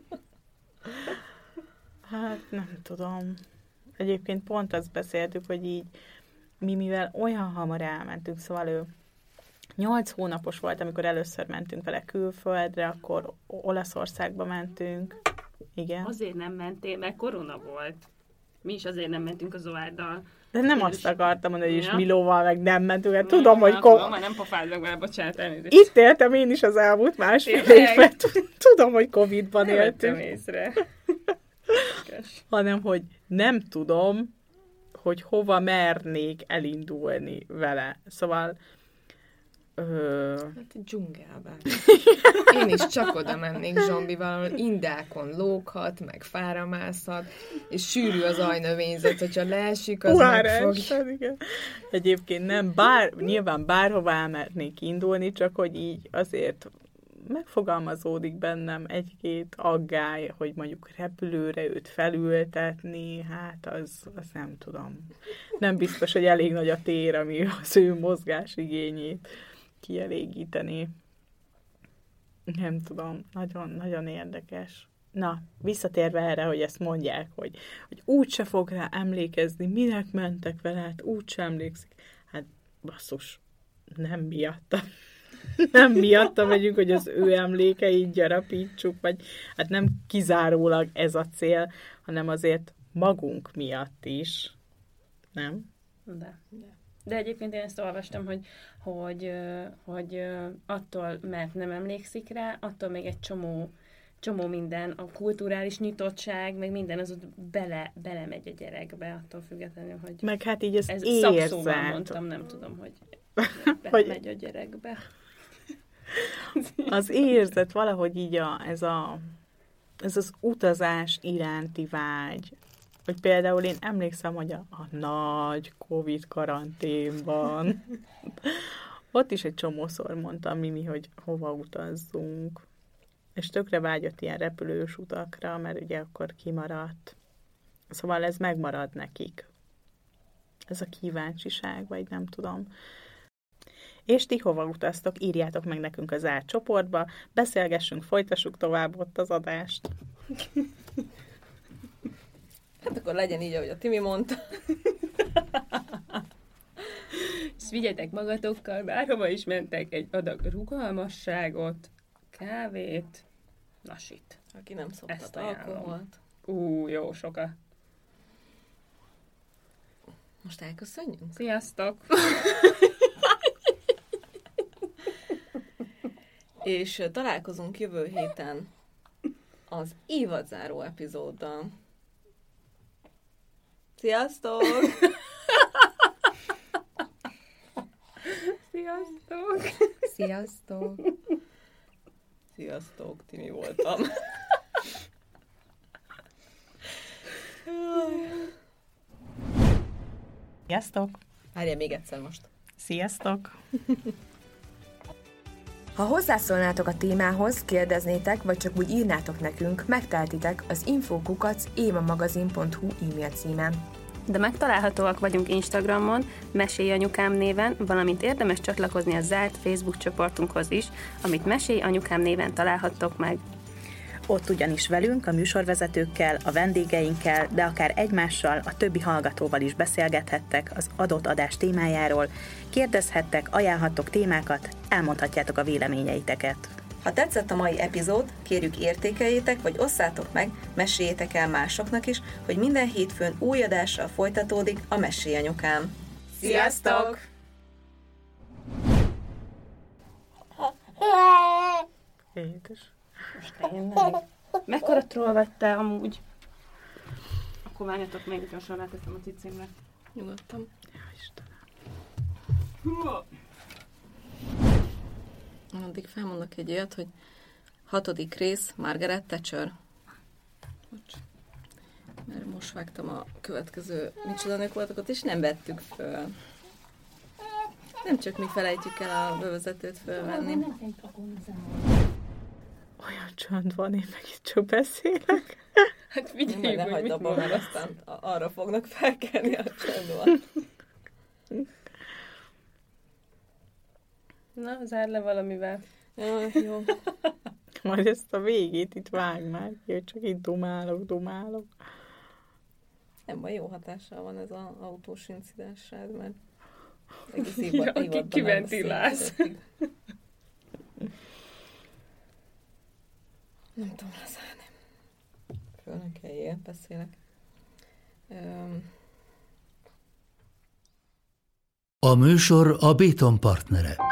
Hát nem tudom. Egyébként pont azt beszéltük, hogy így mi, mivel olyan hamar elmentünk, szóval ő nyolc hónapos volt, amikor először mentünk vele külföldre, akkor Olaszországba mentünk. Igen. Azért nem mentél, mert korona volt. Mi is azért nem mentünk az Zoárdal. De nem Én azt is... akartam mondani, hogy ja. is Milóval meg nem mentünk, hát tudom, hogy... Ko- Ko- már nem pofázzak vele, bocsánat, elnézést. Itt éltem én is az elmúlt másfél évet. Tudom, hogy Covidban nem éltünk. Nem észre. Hanem, hogy nem tudom, hogy hova mernék elindulni vele. Szóval... Ö... Hát egy dzsungelben. Én is csak oda mennék Zsombival, indákon lóghat, meg fára mászhat, és sűrű az ajnövényzet, hogyha leesik, az megfog. Igen. Egyébként nem, bár, nyilván bárhova elmernék indulni, csak hogy így azért megfogalmazódik bennem egy-két aggály, hogy mondjuk repülőre őt felültetni, hát az, az nem tudom. Nem biztos, hogy elég nagy a tér, ami az ő mozgásigényét kielégíteni. Nem tudom, nagyon, nagyon érdekes. Na, visszatérve erre, hogy ezt mondják, hogy, hogy úgyse fog rá emlékezni, minek mentek vele, hát úgyse emlékszik. Hát basszus, nem miatta. Nem miatta megyünk, hogy az ő emlékeit gyarapítsuk, vagy hát nem kizárólag ez a cél, hanem azért magunk miatt is. Nem? De. De. De egyébként én ezt olvastam, hogy, hogy, hogy attól, mert nem emlékszik rá, attól még egy csomó, csomó minden, a kulturális nyitottság, meg minden az ott bele, belemegy a gyerekbe, attól függetlenül, hogy... Meg hát így ez ez érzet. szakszóval mondtam, nem tudom, hogy belemegy a gyerekbe. Az érzet valahogy így a, ez, a, ez az utazás iránti vágy. Hogy például én emlékszem, hogy a, a nagy Covid karanténban ott is egy csomószor mondtam Mimi, hogy hova utazzunk. És tökre vágyott ilyen repülős utakra, mert ugye akkor kimaradt. Szóval ez megmarad nekik. Ez a kíváncsiság, vagy nem tudom. És ti hova utaztok? Írjátok meg nekünk az zárt csoportba, beszélgessünk, folytassuk tovább ott az adást. Hát akkor legyen így, ahogy a Timi mondta. És vigyetek magatokkal, bárhova is mentek, egy adag rugalmasságot, kávét, nasit. Aki nem Ezt szoktat ajánlom. alkoholt. Ú, jó soka. Most elköszönjünk? Sziasztok! És találkozunk jövő héten az évadzáró epizóddal. Sziasztok! Sziasztok! Sziasztok! Sziasztok, Timi voltam. Sziasztok! Várjál még egyszer most. Sziasztok! Ha hozzászólnátok a témához, kérdeznétek, vagy csak úgy írnátok nekünk, megteltitek az infókukac évamagazin pont hu e-mail címen. De megtalálhatóak vagyunk Instagramon, Mesélj Anyukám néven, valamint érdemes csatlakozni a zárt Facebook csoportunkhoz is, amit Mesélj Anyukám néven találhattok meg. Ott ugyanis velünk, a műsorvezetőkkel, a vendégeinkkel, de akár egymással, a többi hallgatóval is beszélgethettek az adott adás témájáról, kérdezhettek, ajánlhattok témákat, elmondhatjátok a véleményeiteket. Ha tetszett a mai epizód, kérjük értékeljétek, vagy osszátok meg, meséljétek el másoknak is, hogy minden hétfőn új adással folytatódik a Mesélj Anyukám. Sziasztok! Édes. Most tényleg. Mekkora troll vagy te amúgy? Akkor várjatok még, gyorsan ráteszem a cicimre. Nyugodtam. Ja, Istenem. Addig felmondok egy olyat, hogy hatodik rész, Margaret Thatcher. Bocs. Mert most vágtam a következő micsoda nők voltak ott, és nem vettük föl. Nem csak mi felejtjük el a bevezetőt fölvenni. Olyan csönd van, én meg itt csak beszélek. Hát Figyeljük, figyeljük, ne hogy hagyd mit abba, mondasz. mert aztán arra fognak felkelni a csönd. Na, zárd le valamivel. Jaj, jó. Majd ezt a végét itt vág már ki, hogy csak itt dumálok, dumálok. Nem baj, jó hatással van ez az autós incidens rád, mert egész Ja, évad, ki- évadban kiventilálsz. nem Nem tudom lezárni. Fölnek kell ilyen, beszélek. Um, A műsor a Béton partnere.